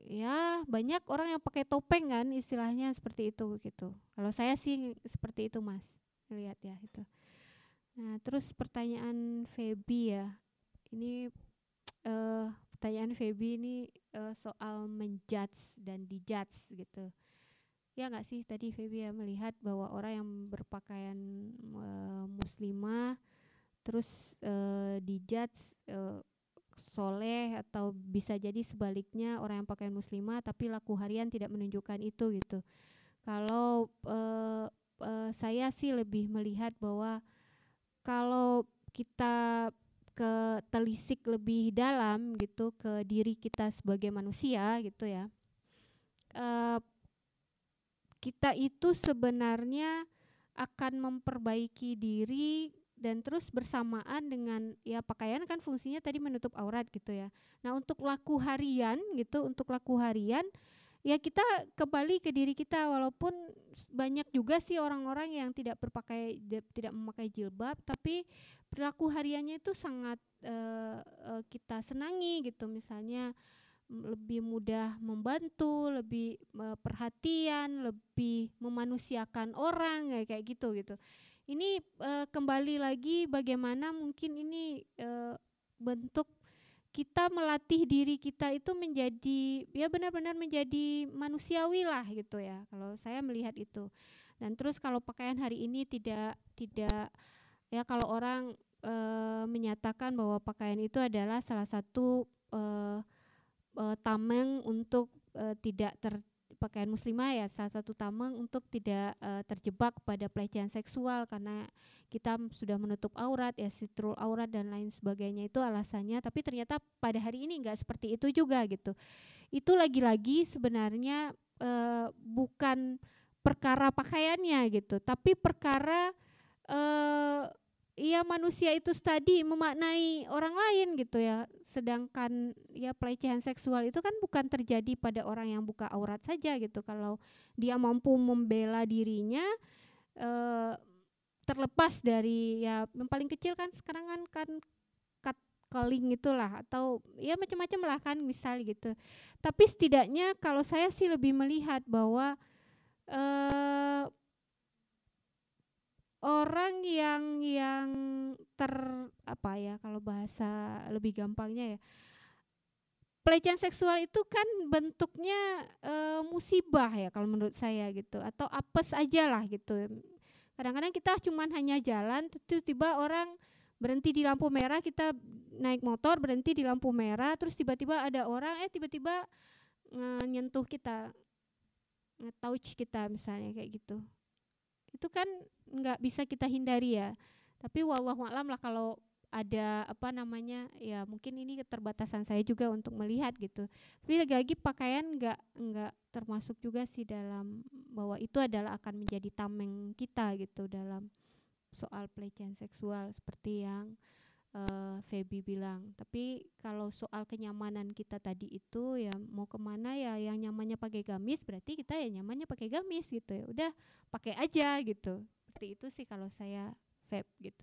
ya banyak orang yang pakai topeng kan, istilahnya seperti itu gitu. Kalau saya sih seperti itu Mas, lihat ya itu. Nah terus pertanyaan Feby ya, ini uh, pertanyaan Feby ini uh, soal menjudge dan dijudge gitu. Ya nggak sih tadi Feby ya melihat bahwa orang yang berpakaian uh, muslimah terus uh, dijudge uh, soleh, atau bisa jadi sebaliknya orang yang pakaian muslimah tapi laku harian tidak menunjukkan itu gitu. Kalau uh, uh, saya sih lebih melihat bahwa kalau kita ke telisik lebih dalam gitu ke diri kita sebagai manusia gitu ya, uh, kita itu sebenarnya akan memperbaiki diri dan terus bersamaan dengan ya pakaian kan fungsinya tadi menutup aurat gitu ya. Nah untuk laku harian gitu, untuk laku harian ya kita kembali ke diri kita, walaupun banyak juga sih orang-orang yang tidak berpakai tidak memakai jilbab tapi perilaku hariannya itu sangat uh, uh, kita senangi gitu, misalnya lebih mudah membantu, lebih uh, perhatian, lebih memanusiakan orang kayak kayak gitu gitu. Ini uh, kembali lagi bagaimana mungkin ini uh, bentuk kita melatih diri kita itu menjadi ya benar-benar menjadi manusiawi lah gitu ya. Kalau saya melihat itu. Dan terus kalau pakaian hari ini tidak tidak ya kalau orang uh, menyatakan bahwa pakaian itu adalah salah satu uh, uh, tameng untuk uh, tidak ter pakaian muslimah ya, salah satu tameng untuk tidak uh, terjebak pada pelecehan seksual karena kita sudah menutup aurat ya, sitrul aurat dan lain sebagainya, itu alasannya. Tapi ternyata pada hari ini enggak seperti itu juga gitu. Itu lagi-lagi sebenarnya uh, bukan perkara pakaiannya gitu, tapi perkara uh, ya manusia itu tadi memaknai orang lain gitu ya. Sedangkan ya pelecehan seksual itu kan bukan terjadi pada orang yang buka aurat saja gitu. Kalau dia mampu membela dirinya eh, terlepas dari ya yang paling kecil kan sekarang kan kan catcalling itulah, atau ya macam-macam lah kan misal gitu. Tapi setidaknya kalau saya sih lebih melihat bahwa eh orang yang yang ter apa ya kalau bahasa lebih gampangnya ya, pelecehan seksual itu kan bentuknya e, musibah ya kalau menurut saya gitu, atau apes aja lah gitu. Kadang-kadang kita cuman hanya jalan tiba-tiba orang berhenti di lampu merah, kita naik motor berhenti di lampu merah, terus tiba-tiba ada orang eh tiba-tiba nyentuh kita, nge-touch kita misalnya kayak gitu. Itu kan nggak bisa kita hindari ya. Tapi wallahu a'lam lah kalau ada apa namanya ya, mungkin ini keterbatasan saya juga untuk melihat gitu. Tapi lagi-lagi pakaian nggak nggak termasuk juga sih dalam bahwa itu adalah akan menjadi tameng kita gitu dalam soal pelecehan seksual seperti yang uh, Feby bilang. Tapi kalau soal kenyamanan kita tadi itu ya mau kemana ya, yang nyamannya pakai gamis berarti kita ya nyamannya pakai gamis gitu ya. Udah pakai aja gitu. Seperti itu sih kalau saya Feb gitu.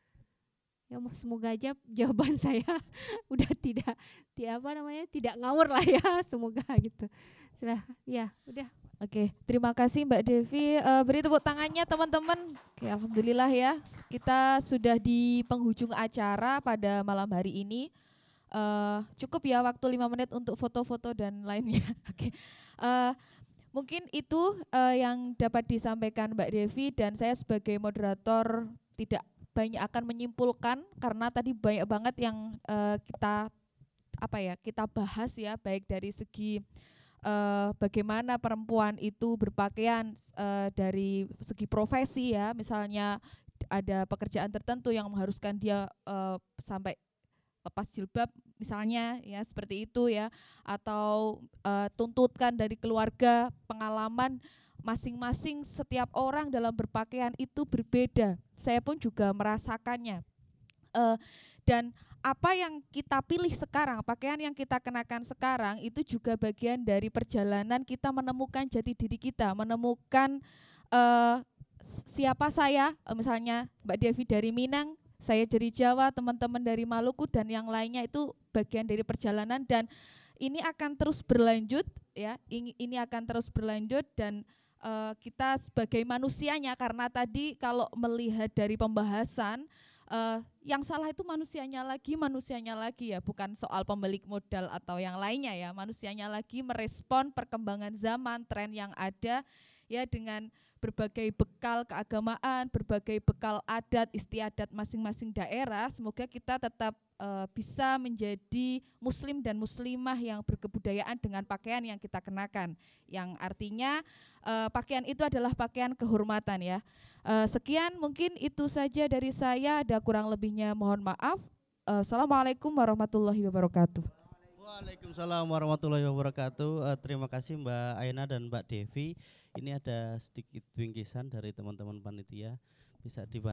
Ya semoga aja jawaban saya udah tidak tidak apa namanya tidak ngawur lah ya, semoga gitu. Sudah ya udah. Oke, terima kasih Mbak Devi. Uh, beri tepuk tangannya teman-teman. Oke, alhamdulillah ya. Kita sudah di penghujung acara pada malam hari ini. Uh, cukup ya waktu lima menit untuk foto-foto dan lainnya. Oke. Uh, mungkin itu uh, yang dapat disampaikan Mbak Devi, dan saya sebagai moderator tidak banyak akan menyimpulkan karena tadi banyak banget yang uh, kita apa ya kita bahas ya, baik dari segi uh, bagaimana perempuan itu berpakaian uh, dari segi profesi ya, misalnya ada pekerjaan tertentu yang mengharuskan dia uh, sampai lepas jilbab misalnya ya, seperti itu ya, atau uh, tuntutkan dari keluarga, pengalaman masing-masing setiap orang dalam berpakaian itu berbeda. Saya pun juga merasakannya. Uh, dan apa yang kita pilih sekarang, pakaian yang kita kenakan sekarang itu juga bagian dari perjalanan kita menemukan jati diri kita, menemukan uh, siapa saya, uh, misalnya Mbak Devi dari Minang, saya dari Jawa, teman-teman dari Maluku dan yang lainnya, itu bagian dari perjalanan. Dan ini akan terus berlanjut ya, ini, ini akan terus berlanjut dan uh, kita sebagai manusianya, karena tadi kalau melihat dari pembahasan uh, yang salah itu manusianya lagi, manusianya lagi ya, bukan soal pemilik modal atau yang lainnya ya, manusianya lagi merespon perkembangan zaman, tren yang ada ya dengan berbagai bekal keagamaan, berbagai bekal adat istiadat masing-masing daerah. Semoga kita tetap uh, bisa menjadi muslim dan muslimah yang berkebudayaan dengan pakaian yang kita kenakan, yang artinya uh, pakaian itu adalah pakaian kehormatan ya. Uh, sekian mungkin itu saja dari saya, ada kurang lebihnya mohon maaf. Uh, Assalamualaikum warahmatullahi wabarakatuh. Waalaikumsalam warahmatullahi wabarakatuh. Uh, terima kasih Mbak Aina dan Mbak Devi. Ini ada sedikit bingkisan dari teman-teman panitia, bisa dibantu.